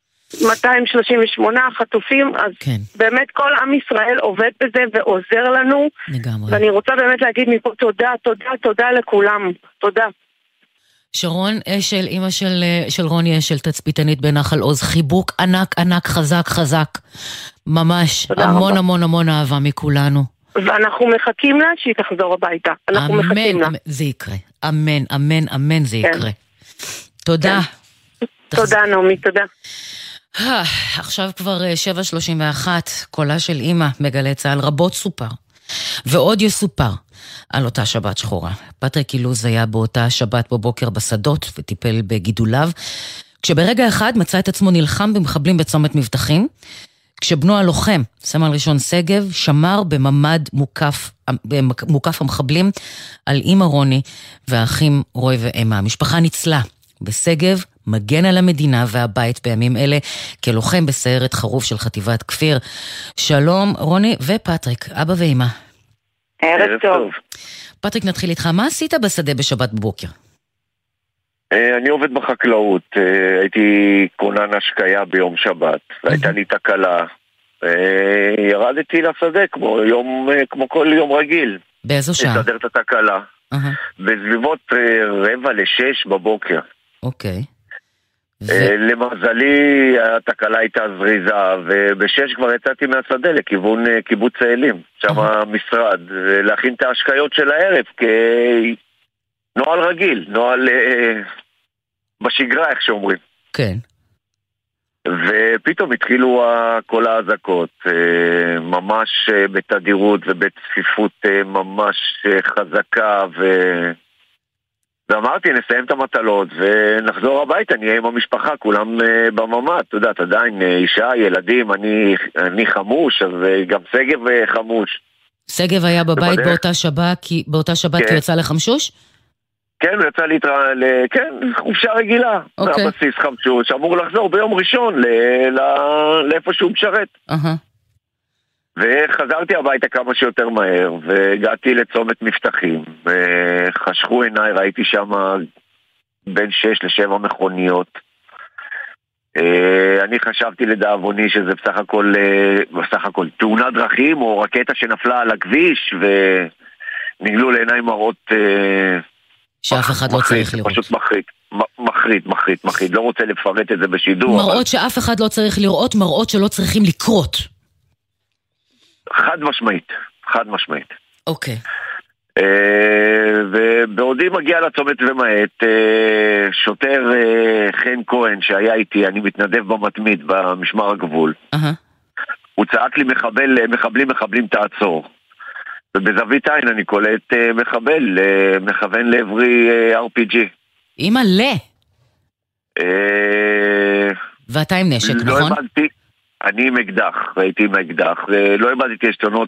238 חטופים, אז כן. באמת כל עם ישראל עובד בזה ועוזר לנו. לגמרי. ואני רוצה באמת להגיד מפה תודה, תודה, תודה לכולם. תודה. שרון אשל, אמא של רוני אשל, תצפיתנית בנחל עוז, חיבוק ענק ענק, חזק חזק. ממש, המון רבה. המון המון אהבה מכולנו. ואנחנו מחכים לה שהיא תחזור הביתה. אנחנו אמן, מחכים לה. זה יקרה. אמן, אמן, אמן, זה יקרה. כן. תודה. כן. תודה נעמי, תודה. עכשיו כבר 7:31, קולה של אמא בגלי צהל, רבות סופר ועוד יסופר על אותה שבת שחורה. פטריק אילוז היה באותה שבת בבוקר בשדות וטיפל בגידוליו, כשברגע אחד מצא את עצמו נלחם במחבלים בצומת מבטחים, כשבנו הלוחם, סמל ראשון שגב, שמר בממד מוקף המחבלים על אמא רוני והאחים רוי ואמה. המשפחה ניצלה בשגב, מגן על המדינה והבית בימים אלה, כלוחם בסיירת חרוב של חטיבת כפיר. שלום רוני ופטריק, אבא ואמא. ערב טוב. פטריק, נתחיל איתך. מה עשית בשדה בשבת בבוקר? אני עובד בחקלאות, הייתי כונן השקיה ביום שבת, והייתה לי תקלה. ירדתי לשדה כמו כל יום רגיל. באיזו שעה? לסדר את התקלה. בסביבות 5:45 בבוקר. אוקיי. למזלי התקלה הייתה זריזה, וב6 כבר יצאתי מהשדה לכיוון קיבוץ צאלים, שם המשרד, להכין את ההשקיות של הערב כנועל רגיל, נועל בשגרה איך שאומרים. כן. ופתאום התחילו כל האזעקות, ממש בתדירות ובצפיפות ממש חזקה, ואמרתי, נסיים את המטלות ונחזור הביתה, נהיה עם המשפחה, כולם בממ"ד, אתה יודעת, עדיין אישה, ילדים, אני חמוש, אז גם שגב חמוש. שגב היה בבית באותה שבת כי הוא יצא לחמשוש? כן, הוא יצא כן, חופשה רגילה, מהבסיס חמשוש, אמור לחזור ביום ראשון לאיפה שהוא משרת. וחזרתי הביתה כמה שיותר מהר, והגעתי לצומת מבטחים, וחשכו עיניי, ראיתי שם בין 6 ל7 מכוניות. אני חשבתי לדאבוני שזה בסך הכל תאונת דרכים, או רקטה שנפלה על הכביש, ונגלו לעיניי מראות שאף אחד לא צריך לראות. פשוט מחריד, לא רוצה לפרט את זה בשידור. מראות שאף אחד לא צריך לראות, מראות שלא צריכים לקרות. חד משמעית. אוקיי. ובעודי מגיע לצומת ומעט, שוטר חן כהן שהיה איתי, אני מתנדב במתמיד במשמר הגבול. הוא צעק לי מחבלים תעצור. ובזווית עין אני קולט מחבל, מכוון לעברי RPG. אמא לה. ואתה עם נשק, נכון? לא הבנתי. אני עם אקדח, הייתי עם אקדח, לא הבנתי עשתונות,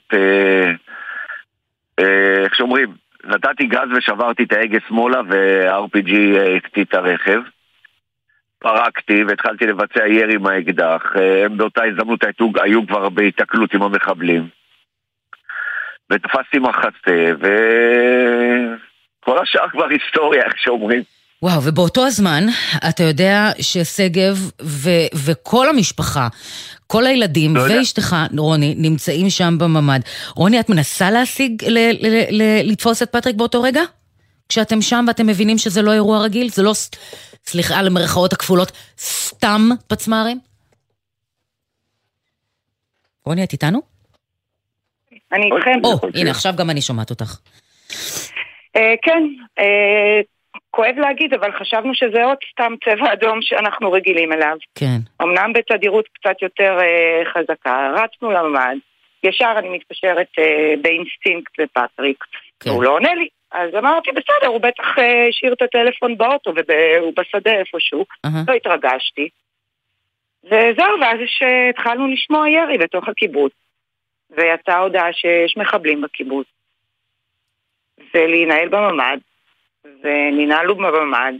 איך שאומרים, נתתי גז ושברתי את ההגה שמאלה וה-RPG הקטיא את הרכב, פרקתי והתחלתי לבצע ירי עם האקדח, הם באותה הזדמנות היו כבר בהתקלות עם המחבלים, ותפסתי מחסה, וכל השאר כבר היסטוריה, איך שאומרים. וואו, ובאותו הזמן, אתה יודע ששגב וכל המשפחה, כל הילדים ואשתך, רוני, נמצאים שם בממ"ד. רוני, את מנסה להשיג, לתפוס את פטריק באותו רגע? כשאתם שם ואתם מבינים שזה לא אירוע רגיל? זה סליחה על המרכאות הכפולות, סתם פצמ"רים? רוני, את איתנו? אני איתכם. הנה, עכשיו גם אני שומעת אותך. כן, כואב להגיד, אבל חשבנו שזה עוד סתם צבע אדום שאנחנו רגילים אליו. כן. אמנם בתדירות קצת יותר חזקה, רצנו לממ"ד, ישר אני מתקשרת באינסטינקט לפטריק, הוא לא עונה לי. אז אמרתי, בסדר, הוא בטח השאיר את הטלפון באוטו, והוא בשדה איפשהו, לא התרגשתי. וזהו, ואז התחלנו לשמוע ירי בתוך הקיבוץ, ויצאה הודעה שיש מחבלים בקיבוץ, ולהינהל בממ"ד, וננהלו בממ"ד,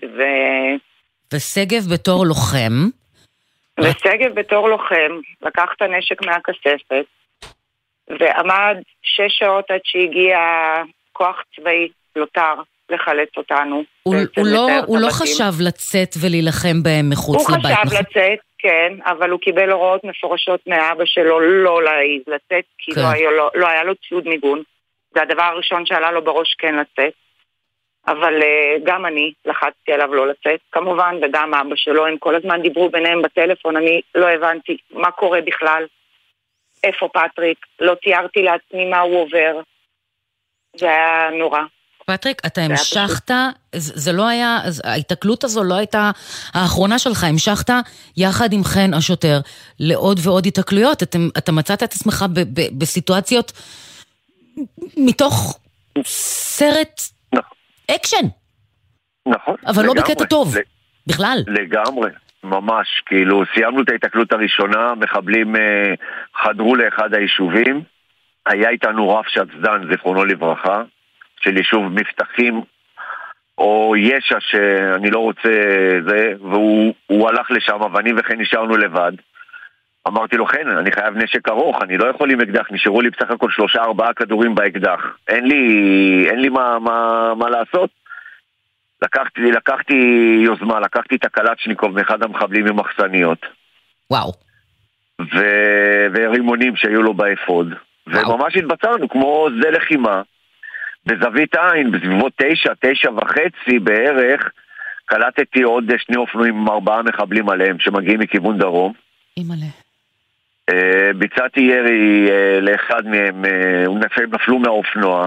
ושגב בתור לוחם? ושגב בתור לוחם, לקח את הנשק מהכספת, ועמד 6 שעות עד שהגיע כוח צבאי לוטר לחלץ אותנו. הוא לא חשב לצאת ולהילחם בהם מחוץ לבית. הוא חשב לצאת, כן, אבל הוא קיבל הוראות מפורשות מאבא שלו לא להעיז לצאת, כי לא היה לו ציוד מיגון. זה הדבר הראשון שעלה לו בראש כן לצאת. אבל גם אני לחצתי עליו לא לצאת, כמובן, וגם אבא שלו, הם כל הזמן דיברו ביניהם בטלפון, אני לא הבנתי מה קורה בכלל, איפה פטריק, לא תיארתי לעצמי מה הוא עובר. זה היה נורא. פטריק, אתה המשכת, זה לא היה, ההתקלות הזו לא הייתה האחרונה שלך, המשכת יחד עם חן השוטר לעוד ועוד התקלויות, אתה מצאת את עצמך בסיטואציות מתוך סרט אקשן. נכון. אבל לא בקטע טוב, בכלל. לגמרי, ממש, כאילו סיימנו את ההתקלות הראשונה, מחבלים חדרו לאחד היישובים, היה איתנו רב שצדן, זיכרונו לברכה, של יישוב מבטחים, או ישע שאני לא רוצה זה, והוא הלך לשם, ואני וכן נשארנו לבד. אמרתי לו, כן, אני חייב נשק ארוך, אני לא יכול עם אקדח, נשארו לי בסך הכל 3-4 כדורים באקדח. אין לי מה לעשות. לקחתי יוזמה, לקחתי את הקלצ'ניקוב מאחד המחבלים עם מחסניות. וואו. ורימונים שהיו לו באפוד. וממש התבצענו כמו שדה לחימה. בזווית עין, בסביבות 9:30 בערך, קלטתי עוד 2 אופנועים עם 4 מחבלים עליהם שמגיעים מכיוון דרום. אימאלה. ביצעתי ירי לאחד מהם, הם נפלו מהאופנוע,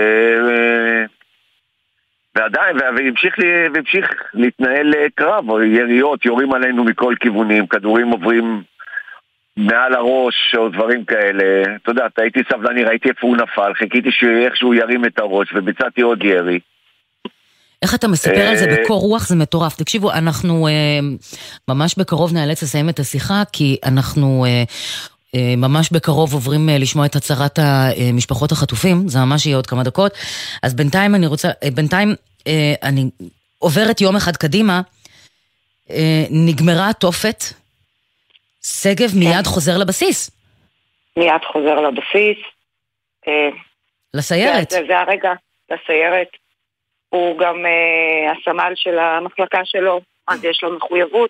ועדיין, והמשיך להתנהל קרב, יריות, יורים עלינו מכל כיוונים, כדורים עוברים מעל הראש או דברים כאלה. אתה יודע, הייתי סבלני, ראיתי איפה הוא נפל, חיכיתי שאיכשהו ירים את הראש, וביצעתי עוד ירי. איך אתה מספר על זה בקור רוח? זה מטורף. תקשיבו, אנחנו ממש בקרוב נאלץ לסיים את השיחה, כי אנחנו ממש בקרוב עוברים לשמוע את הצהרת המשפחות החטופים, זה ממש יהיה עוד כמה דקות. אז בינתיים אני עוברת יום אחד קדימה, נגמרה התופת, סגב מיד חוזר לבסיס. מיד חוזר לבסיס. לסיירת. זה הרגע, לסיירת. הוא גם הסמל של המחלקה שלו, אז יש לו מחויבות.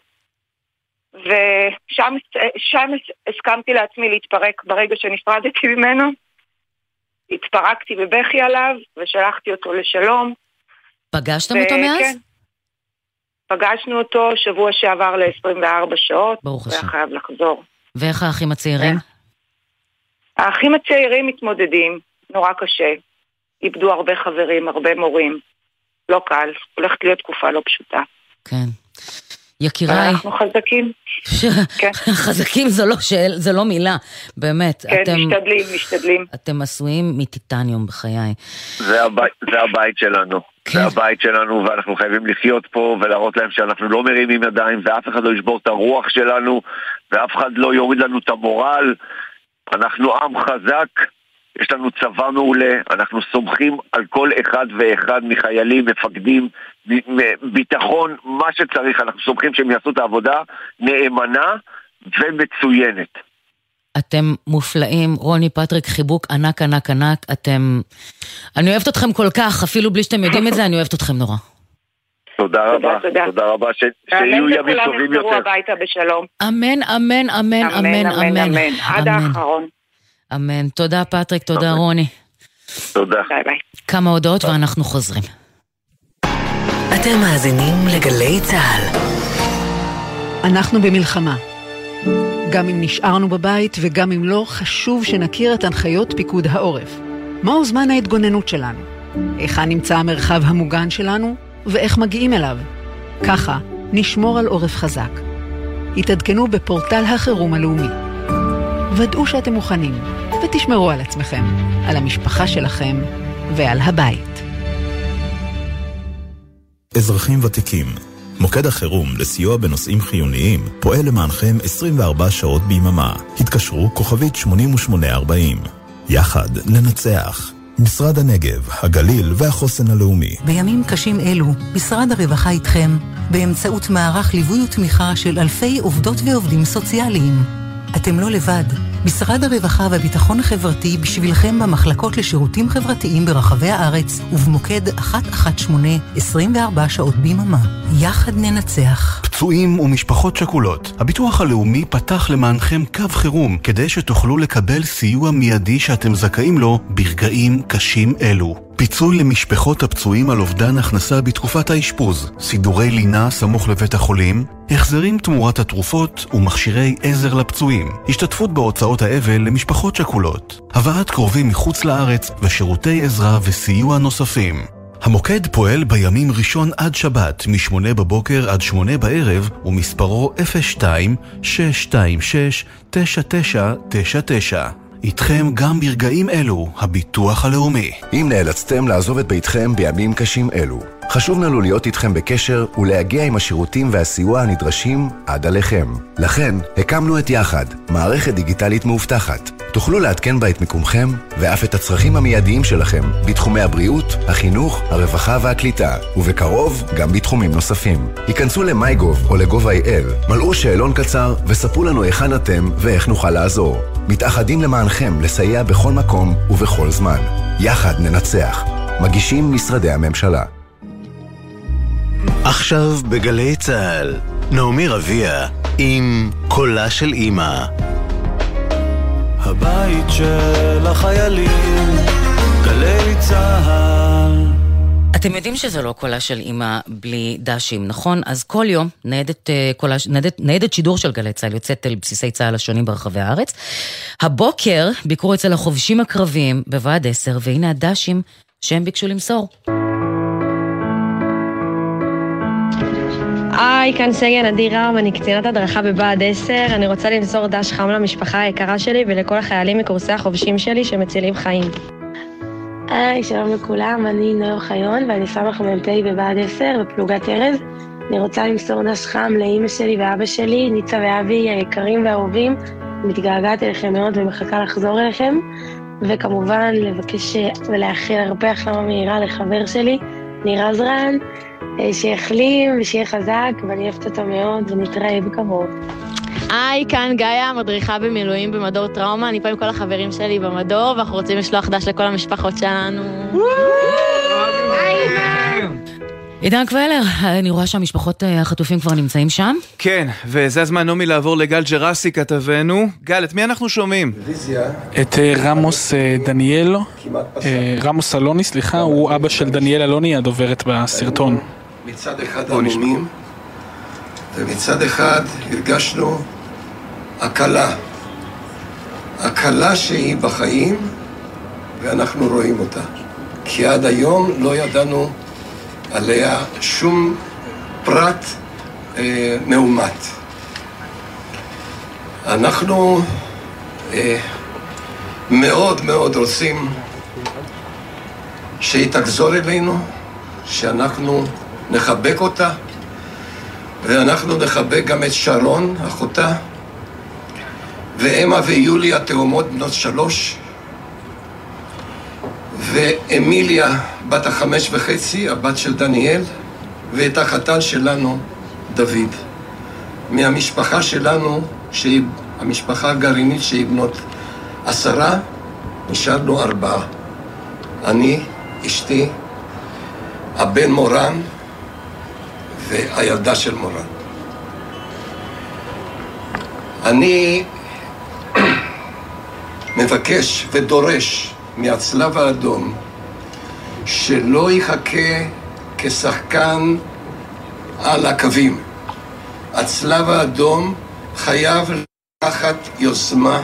ושם הסכמתי לעצמי להתפרק ברגע שנפרדתי ממנו. התפרקתי בבכי עליו ושלחתי אותו לשלום. פגשתם אותו מאז? כן. פגשנו אותו שבוע שעבר ל-24 שעות. ברוך השם. וחייב לחזור. ואיך האחים הצעירים? האחים הצעירים מתמודדים, נורא קשה. איבדו הרבה חברים, הרבה מורים. לא קל, הולכת להיות תקופה לא פשוטה. כן. יקיריי. אנחנו חזקים. כן. חזקים זה לא מילה, באמת. כן, משתדלים. אתם עשויים מטיטניום בחיי. זה הבית שלנו. זה הבית שלנו, ואנחנו חייבים לחיות פה ולהראות להם שאנחנו לא מרימים ידיים, ואף אחד לא ישבור את הרוח שלנו, ואף אחד לא יוריד לנו את המורל. אנחנו עם חזק, יש לנו צבא מעולה, אנחנו סומכים על כל אחד ואחד מחיילים, מפקדים, ביטחון, מה שצריך, אנחנו סומכים שהם יעשו את העבודה נאמנה ומצוינת. אתם מופלאים, רוני, פטריק, חיבוק ענק ענק ענק, אני אוהבת אתכם כל כך, אפילו בלי שאתם יודעים את זה, אני אוהבת אתכם נורא. תודה רבה, תודה רבה, שיהיו ימים טובים יותר. יחזרו הביתה בשלום. אמן, אמן, אמן, אמן, אמן. עד האחרון. אמן, תודה פטריק, תודה רוני. תודה. ביי ביי. כמה הודעות ואנחנו חוזרים. אתם מאזינים לגלי צהל. אנחנו במלחמה. גם אם נשארנו בבית וגם אם לא, חשוב שנכיר את הנחיות פיקוד העורף. מהו זמן ההתגוננות שלנו? היכן נמצא המרחב המוגן שלנו? ואיך מגיעים אליו? ככה נשמור על עורף חזק. התעדכנו בפורטל החירום הלאומי. ודאו שאתם מוכנים, ותשמרו על עצמכם, על המשפחה שלכם ועל הבית. אזרחים ותיקים, מוקד החירום לסיוע בנושאים חיוניים פועל למענכם 24 שעות ביממה. התקשרו כוכבית 8840. יחד ננצח. משרד הנגב, הגליל והחוסן הלאומי. בימים קשים אלו, משרד הרווחה איתכם, באמצעות מערך ליווי ותמיכה של אלפי עובדות ועובדים סוציאליים. אתם לא לבד. משרד הרווחה והביטחון החברתי בשבילכם במחלקות לשירותים חברתיים ברחבי הארץ ובמוקד 118 24 שעות ביממה. יחד ננצח. פצועים ומשפחות שכולות. הביטוח הלאומי פתח למענכם קו חירום כדי שתוכלו לקבל סיוע מיידי שאתם זכאים לו ברגעים קשים אלו. פיצוי למשפחות הפצועים על אובדן הכנסה בתקופת האשפוז, סידורי לינה סמוך לבית החולים, החזרים תמורת התרופות ומכשירי עזר לפצועים, השתתפות בהוצאות האבל למשפחות שכולות, הבאת קרובים מחוץ לארץ ושירותי עזרה וסיוע נוספים. המוקד פועל בימים ראשון עד שבת, מ-8 בבוקר עד 8 בערב, ומספרו 02-626-9999. איתכם גם ברגעים אלו, הביטוח הלאומי. אם נאלצתם לעזוב את ביתכם בימים קשים אלו, חשוב לנו להיות איתכם בקשר ולהגיע עם השירותים והסיוע הנדרשים עד עליכם. לכן, הקמנו את יחד, מערכת דיגיטלית מאובטחת. תוכלו לעדכן בה את מיקומכם ואף את הצרכים המיידיים שלכם בתחומי הבריאות, החינוך, הרווחה והקליטה, ובקרוב גם בתחומים נוספים. היכנסו ל-MyGov או ל-gov.il, מלאו שאלון קצר וספרו לנו היכן אתם ואיך נוכל לעזור. מתאחדים למענכם לסייע בכל מקום ובכל זמן. יחד ננצח. מגישים משרדי הממשלה. עכשיו בגלי צהל, נעמי רביע עם קולה של אמא. הבית של החיילים, גלי צהל. אתם יודעים שזה לא קולה של אמא בלי דשים, נכון? אז כל יום ניידת שידור של גלי צהל יוצאת אל בסיסי צהל השונים ברחבי הארץ. הבוקר ביקרו אצל החובשים הקרביים בוועד 10, והנה הדשים שהם ביקשו למסור. היי, כאן סגן עדי רם, אני קצינת הדרכה בבה"ד 10. אני רוצה למסור דש חם למשפחה היקרה שלי ולכל החיילים מקורסי החובשים שלי שמצילים חיים. היי, שלום לכולם, אני נאור חיון ואני סמ"ך מ"פ בבה"ד 10 בפלוגת ארז. אני רוצה למסור דש חם לאמא שלי ואבא שלי, ניצה ואבי היקרים והאהובים. מתגעגעת אליכם מאוד ומחכה לחזור אליכם. וכמובן לבקש ולאחל הרבה החלמה מהירה לחבר שלי, ניר עזרן, שיחלים ושיהיה חזק, ואני אוהבת אותו מאוד, ונתראה בקרוב. היי, כאן גאיה, מדריכה במילואים במדור טראומה. אני פה עם כל החברים שלי במדור, ואנחנו רוצים לשלוח דש לכל המשפחות שלנו. עידן קבלר, אני רואה שהמשפחות החטופים כבר נמצאים שם. כן, וזה הזמן נעמי לעבור לגל ג'רסי כתבנו. גל, את מי אנחנו שומעים? את רמוס דניאל, רמוס אלוני, סליחה, הוא אבא של דניאל אלוני, הדוברת בסרטון. מצד אחד המומים, ומצד אחד הרגשנו הקלה שהיא בחיים, ואנחנו רואים אותה. כי עד היום לא ידענו עליה שום פרט מאומת. אנחנו מאוד מאוד רוצים שהיא תחזור אלינו, שאנחנו נחבק אותה, ואנחנו נחבק גם את שרון, אחותה, ואמה ויולי התאומות בנות 3, ואמיליה בת 5.5, הבת של דניאל, ואת החתן שלנו, דוד. מהמשפחה שלנו, שהיא המשפחה הגרעינית שהיא בנות 10, נשארנו 4. אני, אשתי, הבן מורן והילדה של מורן. אני מבקש ודורש מהצלב האדום שלא יחכה כשחקן על הקווים. הצלב האדום חייב לקחת יוזמה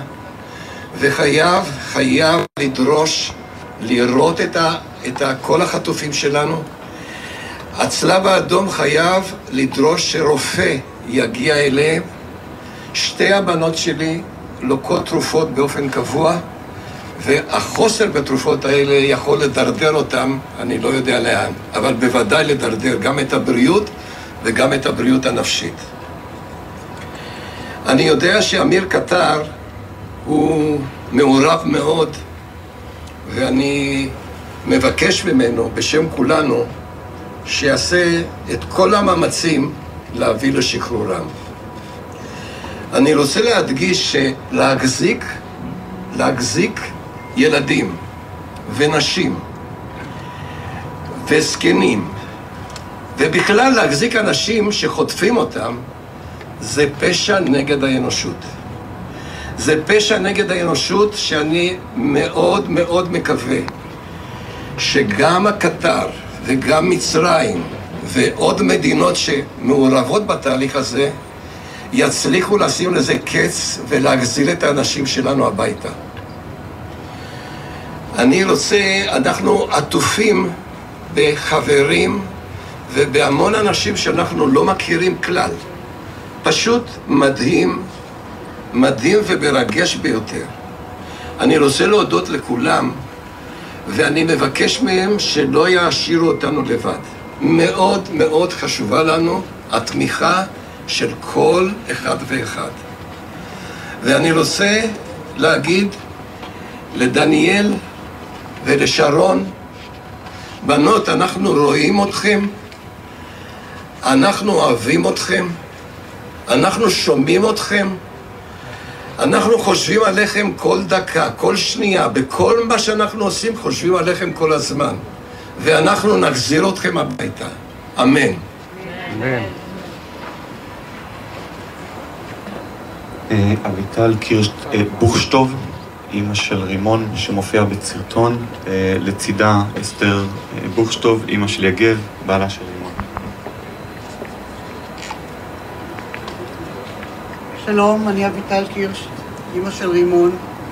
וחייב לדרוש לראות את כל החטופים שלנו. הצלב האדום חייב לדרוש שרופא יגיע אליהם. שתי הבנות שלי לוקחות תרופות באופן קבוע, והחוסר בתרופות האלה יכול לדרדר אותם, אני לא יודע לאן, אבל בוודאי לדרדר גם את הבריאות וגם את הבריאות הנפשית. אני יודע שאמיר קטר הוא מעורב מאוד, ואני מבקש ממנו בשם כולנו שיעשה את כל המאמצים להביא לשחרורם. אני רוצה להדגיש להחזיק ילדים ונשים וזקנים ובכלל להחזיק אנשים שחוטפים אותם זה פשע נגד האנושות. זה פשע נגד האנושות שאני מאוד מאוד מקווה שגם קטר וגם מצרים ועוד מדינות שמעורבות בתהליך הזה יצליחו לשים לזה קץ ולהחזיר את האנשים שלנו הביתה. אנחנו עטופים בחברים ובהמון אנשים שאנחנו לא מכירים כלל. פשוט מדהים ומרגש ביותר. אני רוצה להודות לכולם, ואני מבקש מהם שלא ישאירו אותנו לבד. מאוד מאוד חשובה לנו התמיכה של כל אחד ואחד. ואני רוצה להגיד לדניאל ולשרון, בנות, אנחנו רואים אתכם, אנחנו אוהבים אתכם, אנחנו שומעים אתכם, אנחנו חושבים עליכם כל דקה, כל שנייה, בכל מה שאנחנו עושים חושבים עליכם כל הזמן, ואנחנו נחזיר אתכם הביתה. אמן. אמן. אביטל קירש בוכשטוב, אמא של רימון שמופיע בסרטון, לצידה אסתר בוכשטוב, אמא של יגב, בעלה של רימון. שלום, אני אביטל קירש, אמא של רימון.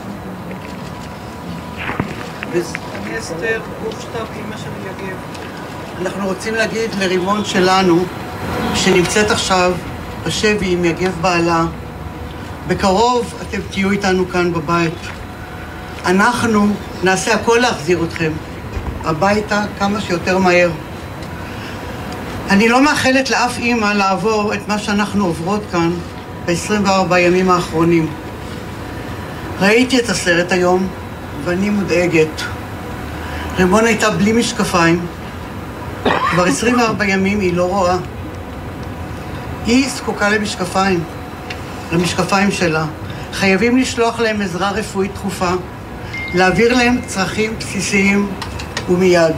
אני אסתר בוכשטוב, אמא של יגב. אנחנו רוצים להגיד לרימון שלנו, שנמצאת עכשיו בשבי עם יגב בעלה, בקרוב אתם תהיו איתנו כאן בבית. אנחנו נעשה הכל להחזיר אתכם הביתה כמה שיותר מהר. אני לא מאחלת לאף אימא לעבור את מה שאנחנו עוברות כאן ב-24 ימים האחרונים. ראיתי את הסרט היום ואני מודאגת. רימון הייתה בלי משקפיים. כבר 24 ימים היא לא רואה. היא זקוקה למשקפיים שלה. חייבים לשלוח להם עזרה רפואית דחופה, להעביר להם צרכים בסיסיים ומיד.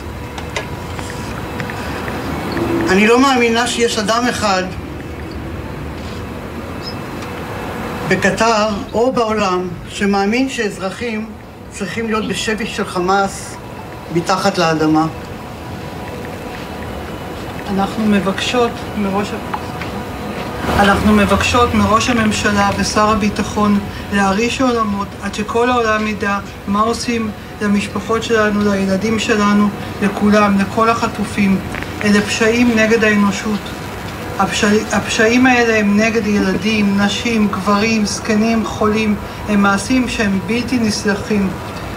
אני לא מאמינה שיש אדם אחד בקטר או בעולם שמאמין שאזרחים צריכים להיות בשבי של חמאס מתחת לאדמה. אנחנו מבקשות מראש הממשלה ושר הביטחון להריש עולמות עד שכל העולם ידע מה עושים למשפחות שלנו, לילדים שלנו, לכולם, לכל החטופים. אלה פשעים נגד האנושות. הפשעים האלה הם נגד ילדים, נשים, גברים, זקנים, חולים. הם מעשים שהם בלתי נסלחים.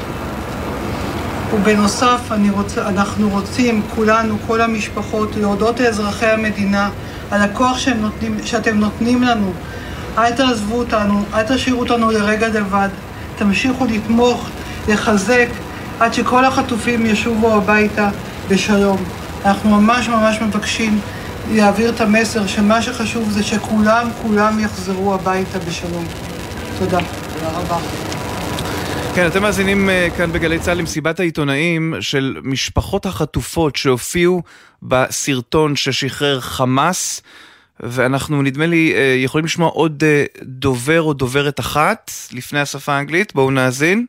ובנוסף, אנחנו רוצים, כולנו, כל המשפחות, להודות לאזרחי המדינה על הכוח שאתם נותנים לנו. אל תעזבו אותנו, אל תשאירו אותנו לרגע לבד. תמשיכו לתמוך, לחזק, עד שכל החטופים ישובו הביתה בשלום. אנחנו ממש מבקשים להעביר את המסר שמה שחשוב זה שכולם יחזרו הביתה בשלום. תודה. תודה רבה. כן, אתם מאזינים כאן בגלי צהל למסיבת העיתונאים של משפחות החטופות שהופיעו בסרטון ששחרר חמאס, ואנחנו נדמה לי יכולים לשמוע עוד דובר או דוברת אחת לפני השפה האנגלית. בואו נאזין.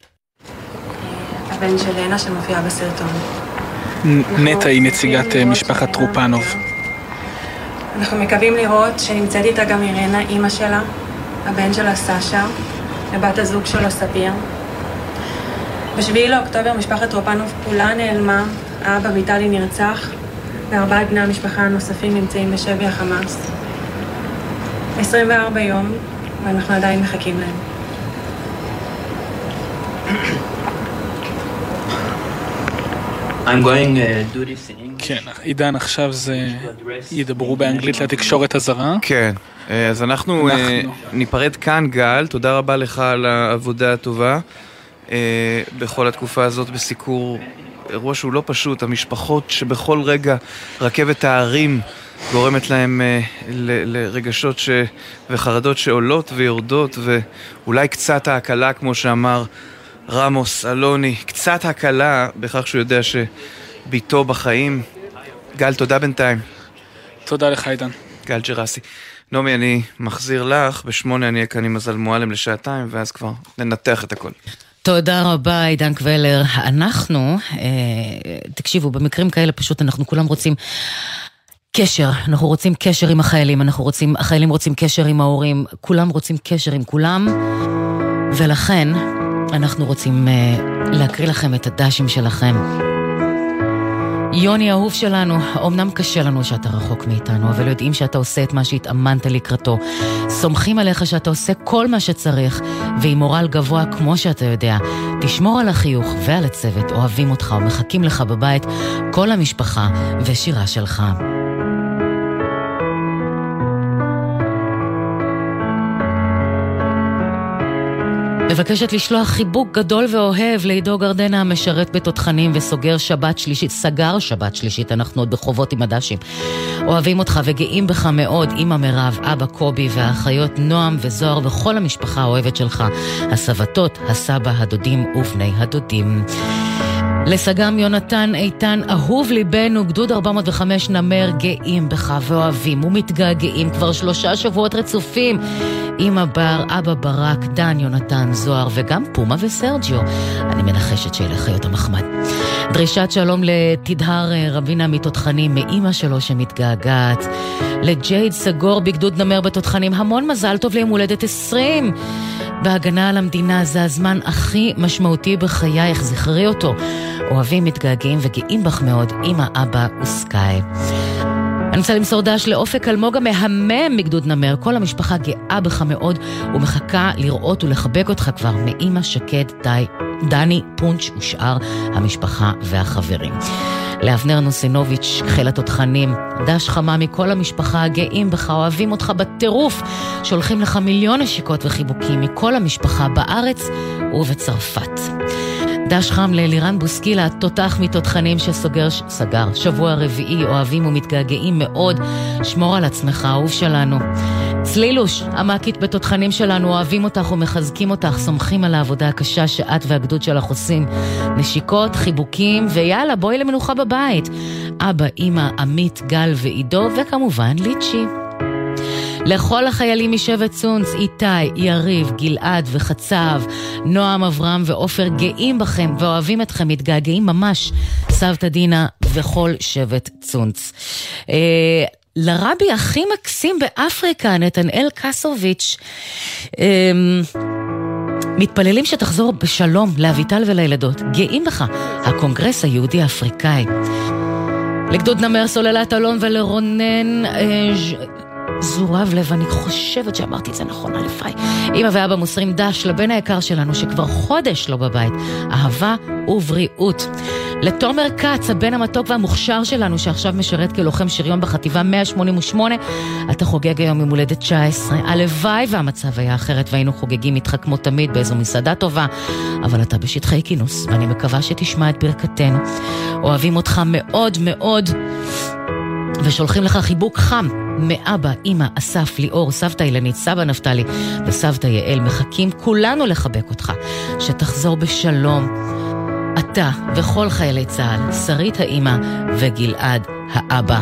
הבן של לנה שמופיעה בסרטון. נטע היא נציגת משפחת טרופנוב. אנחנו מקווים לראות שנמצאת איתה גם אירנה, אימא שלה, הבן שלה סשה, ובת הזוג שלו ספיר. ב7 לאוקטובר משפחת טרופנוב כולה נעלמה, האבא ויטלי נרצח, ו4 בני המשפחה הנוספים נמצאים בשבי החמאס. 24 יום, ואנחנו עדיין מחכים להם. I'm going to do this in English. כן, עידן, עכשיו זה ידברו באנגלית לתקשורת הזרה. כן, אז אנחנו ניפרד כאן, גל, תודה רבה לך על העבודה הטובה. בכל התקופה הזאת בסיקור, אירוע שהוא לא פשוט, המשפחות שבכל רגע רכבת הערים גורמת להם לרגשות וחרדות שעולות ויורדות, ואולי קצת ההקלה, כמו שאמר רמוס אלוני, קצת הקלה בכך שהוא יודע שביתו בחיים. גל, תודה בינתיים. תודה לך, עידן. גל ג'רסי. נעמי, אני מחזיר לך, ב8 אני אהיה כאן עם מזל מועלם לשעתיים, ואז כבר ננתח את הכל. תודה רבה, עידן קבלר. אנחנו, תקשיבו, במקרים כאלה פשוט אנחנו כולם רוצים קשר, אנחנו רוצים קשר עם החיילים, החיילים רוצים קשר עם ההורים, כולם רוצים קשר עם כולם, ולכן אנחנו רוצים להקריא לכם את הדשים שלכם. יוני האהוב שלנו, אמנם קשה לנו שאתה רחוק מאיתנו, אבל יודעים שאתה עושה את מה שהתאמנת לקראתו. סומכים עליך שאתה עושה כל מה שצריך, ועם מורל גבוה כמו שאתה יודע. תשמור על החיוך ועל הצוות, אוהבים אותך ומחכים לך בבית, כל המשפחה ושירה שלך. מבקשת לשלוח חיבוק גדול ואוהב לעידו גרדנה המשרת בתותחנים וסוגר שבת שלישית, סגר שבת שלישית, אנחנו עוד בחובות עם הדשים. אוהבים אותך וגאים בך מאוד, אמא מירב, אבא קובי והאחיות נועם וזוהר וכל המשפחה האוהבת שלך, הסבתות, הסבא, הדודים ובני הדודים. לסגם יונתן איתן, אהוב ליבנו, גדוד 405 נמר, גאים בך ואוהבים ומתגעגעים כבר 3 שבועות רצופים. אמא בר, אבא ברק, דן, יונתן, זוהר וגם פומה וסרג'יו. אני מנחשת שאלה חיות המחמד. דרישת שלום לתדהר רבינה מתותחנים, מאמא שלו שמתגעגעת. לג'ייד סגור בגדוד נמר בתותחנים, המון מזל טוב ליום הולדת 20. בהגנה על המדינה זה הזמן הכי משמעותי בחייך, זכרי אותו. אוהבים, מתגעגעים וגאים בך מאוד, אמא, אבא וסקאי. אני רוצה למסור דש לאופק אלמוג המהמם מגדוד נמר, כל המשפחה גאה בך מאוד ומחכה לראות ולחבק אותך כבר, מאמא שקד, דני, פונץ' ושאר המשפחה והחברים. לאבנר נוסינוביץ', חיל התותחנים, דש חמה מכל המשפחה, גאים בך, אוהבים אותך בטירוף, שולחים לך מיליון נשיקות וחיבוקים מכל המשפחה בארץ ובצרפת. דש חם לאלירן בוסקילה, תותח מתותחנים שסגר שבוע רביעי, אוהבים ומתגעגעים מאוד, שמור על עצמך, אהוב שלנו. צלילוש, המקית בתותחנים שלנו, אוהבים אותך ומחזקים אותך, סומכים על העבודה הקשה שאת והגדוד שלך עושים. נשיקות, חיבוקים, ויאללה, בואי למנוחה בבית. אבא, אמא, עמית, גל ועידו, וכמובן ליצ'י. לכל החיילים משבט צונץ, איתי, יריב, גלעד וחצב, נועם, אברהם ואופר, גאים בכם ואוהבים אתכם, מתגעגעים ממש, סבתא דינה וכל שבט צונץ. לרבי הכי מקסים באפריקה, נתנאל קסוביץ', מתפללים שתחזור בשלום לאביטל ולילדות, גאים בך, הקונגרס היהודי האפריקאי. לגדוד נמר סוללת אלון ולרונן זורב לב, אני חושבת שאמרתי את זה נכון, אלפי. אמא ואבא מוסרים דש לבן היקר שלנו שכבר חודש לא בבית, אהבה ובריאות. לתומר קץ, הבן המתוק והמוכשר שלנו שעכשיו משרת כלוחם שריון בחטיבה 188, אתה חוגג היום עם הולדת 19. הלוואי והמצב היה אחרת והיינו חוגגים איתך כמו תמיד באיזו מסעדה טובה, אבל אתה בשטחי כינוס ואני מקווה שתשמע את ברכתנו. אוהבים אותך מאוד מאוד ושולחים לך חיבוק חם מאבא, אמא, אסף, ליאור, סבתא אילנית, סבא נפתלי וסבתא יעל. מחכים כולנו לחבק אותך, שתחזור בשלום, אתה וכל חיילי צה"ל, שרית האמא וגלעד האבא.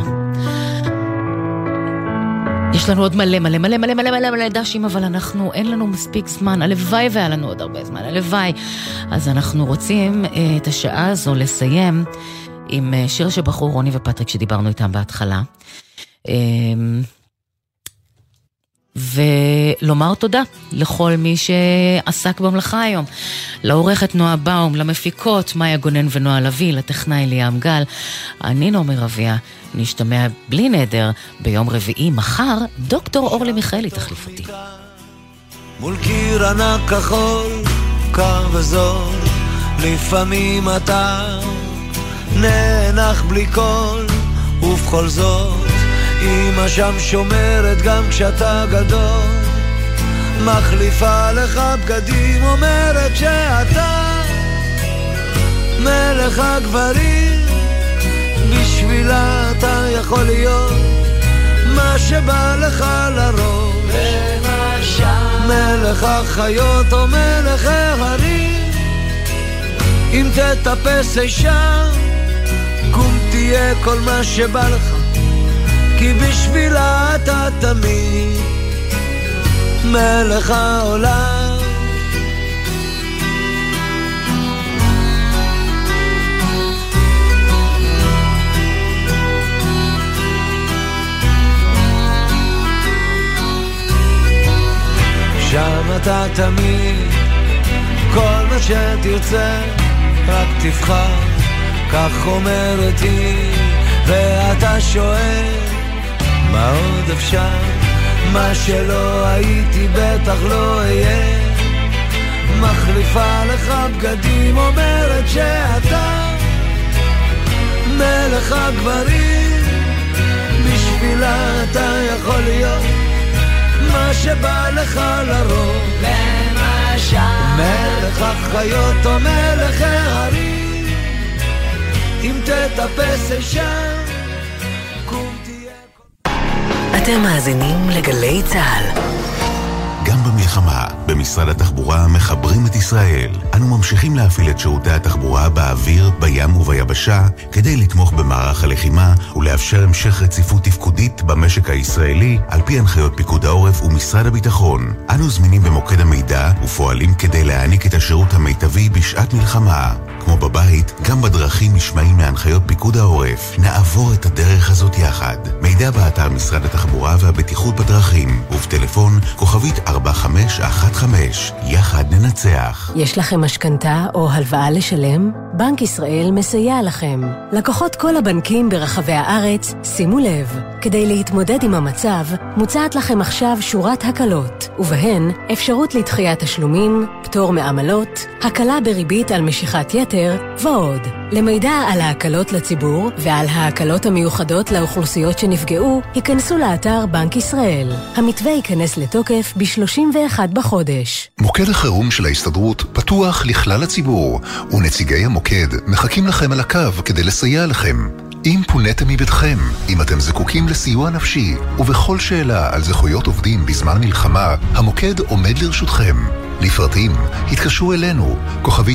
יש לנו עוד מלא דשים, אבל אין לנו מספיק זמן. הלוואי והיה לנו עוד הרבה זמן, הלוואי. אז אנחנו רוצים את השעה הזו לסיים עם שיר שבחרו רוני ופטריק שדיברנו איתם בהתחלה. ולומר תודה לכל מי שעסק במלאכה היום. לעורכת נועה באום, למפיקות מאיה גונן ונועה לוי, לטכנאי ליאם גל. אני נעמי רביה, נשתמע בלי נדר ביום רביעי. מחר דוקטור אורלי מיכאלי תחליף אותי. מול קיר ענק כחול, קר וזול, לפעמים אתה נאנח בלי קול, ובכל זאת אמא שם שומרת גם כשאתה גדול, מחליפה לך בגדים, אומרת שאתה מלך הגברים, בשבילה אתה יכול להיות מה שבא לך לראש, מלך החיות או מלך ההרים, אם תטפס אישה קום תהיה כל מה שבא לך, כי בשבילה אתה תמיד מלך העולם. שם אתה תמיד כל מה שתרצה רק תבחר, כך אומרת היא, ואתה שואל מה עוד אפשר, מה שלא הייתי בטח לא אהיה, מחליפה לך בגדים, אומרת שאתה מלך הגברים, בשבילה אתה יכול להיות מה שבא לך לרוב, למשל מלך החיות או מלך ההרים, אם תטפס אישה קום תהיה. אתם מאזינים לגלי צהל. גם במלחמה, במשרד התחבורה מחברים את ישראל. אנו ממשיכים להפעיל את שירותי התחבורה באוויר, בים וביבשה, כדי לתמוך במערך הלחימה ולאפשר המשך רציפות תפקודית במשק הישראלי, על פי הנחיות פיקוד העורף ומשרד הביטחון. אנו זמינים במוקד המידע ופועלים כדי להעניק את השירות המיטבי בשעת מלחמה. כמו בבית, גם בדרכים נשמעים להנחיות פיקוד העורף. נעבור את הדרך הזאת יחד. מידע באתר משרד התחבורה והבטיחות בדרכים, ובטלפון כוכבית 4515. יחד ננצח. יש לכם משכנתה או הלוואה לשלם? בנק ישראל מסייע לכם. לקוחות כל הבנקים ברחבי הארץ, שימו לב, כדי להתמודד עם המצב, מוצעת לכם עכשיו שורת הקלות, ובהן אפשרות לדחיית תשלומים, פטור מעמלות, הקלה בריבית על משיכת יתר ועוד. למידע על ההקלות לציבור ועל ההקלות המיוחדות לאוכלוסיות שנפגעו, היכנסו לאתר בנק ישראל. המתווה ייכנס לתוקף ב-31 בחודש. מוקד החירום של ההסתדרות פתוח לכלל הציבור, ונציגי המוקד מחכים לכם על הקו כדי לסייע לכם. אם פונתם מביתכם, אם אתם זקוקים לסיוע נפשי, ובכל שאלה על זכויות עובדים בזמן מלחמה, המוקד עומד לרשותכם. לפרטים, התקשרו אלינו, כוכבית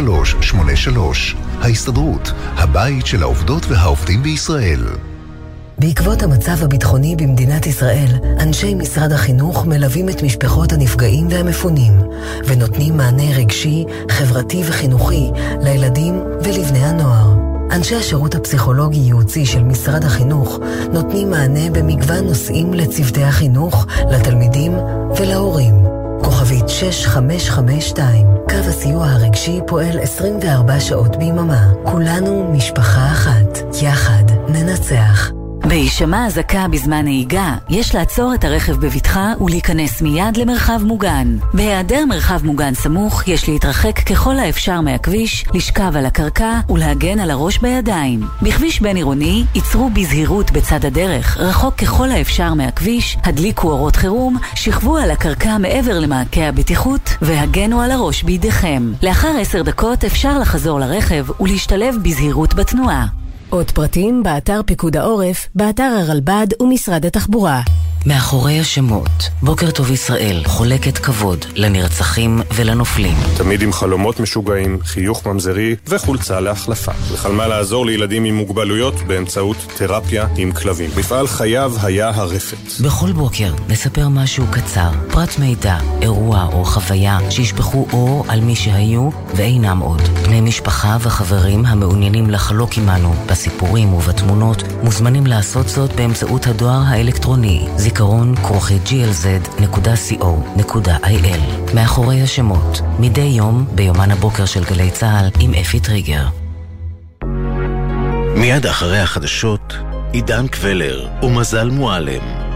2383. ההסתדרות, הבית של העובדות והעובדים בישראל. בעקבות המצב הביטחוני במדינת ישראל, אנשי משרד החינוך מלווים את משפחות הנפגעים והמפונים, ונותנים מענה רגשי, חברתי וחינוכי לילדים ולבני הנוער. אנשי השירות הפסיכולוגי-ייעוצי של משרד החינוך נותנים מענה במגוון נושאים לצוותי החינוך, לתלמידים ולהורים. כוכבית 6552. קו הסיוע הרגשי פועל 24 שעות ביממה. כולנו משפחה אחת. יחד ננצח. בהישמע אזעקה בזמן נהיגה, יש לעצור את הרכב בבטחה ולהיכנס מיד למרחב מוגן. בהיעדר מרחב מוגן סמוך, יש להתרחק ככל האפשר מהכביש, לשכב על הקרקע ולהגן על הראש בידיים. בכביש בין עירוני, ייצרו בזהירות בצד הדרך, רחוק ככל האפשר מהכביש, הדליקו אורות חירום, שכבו על הקרקע מעבר למעקי הבטיחות והגנו על הראש בידיכם. לאחר 10 דקות אפשר לחזור לרכב ולהשתלב בזהירות בתנועה. עוד פרטים באתר פיקוד העורף, באתר הרלב"ד ומשרד התחבורה. מאחורי השמות, בוקר טוב ישראל חולקת כבוד לנרצחים ולנופלים. תמיד עם חלומות משוגעים, חיוך ממזרי וחולצה להחלפה. וחלמה לעזור לילדים עם מוגבלויות באמצעות תרפיה עם כלבים. מפעל חייו היה הרפת. בכל בוקר נספר משהו קצר, פרט מידע, אירוע או חוויה שישפכו אור על מי שהיו ואינם עוד. בני משפחה וחברים המעוניינים לחלוק עמנו בסיפורים ובתמונות מוזמנים לעשות זאת באמצעות הדואר האלקטרוני zikaron@glz.co.il. מאחורי השמות, מדי יום ביומן הבוקר של גלי צהל עם אפי טריגר. מיד אחרי החדשות, עידן קבלר ומזל מועלם.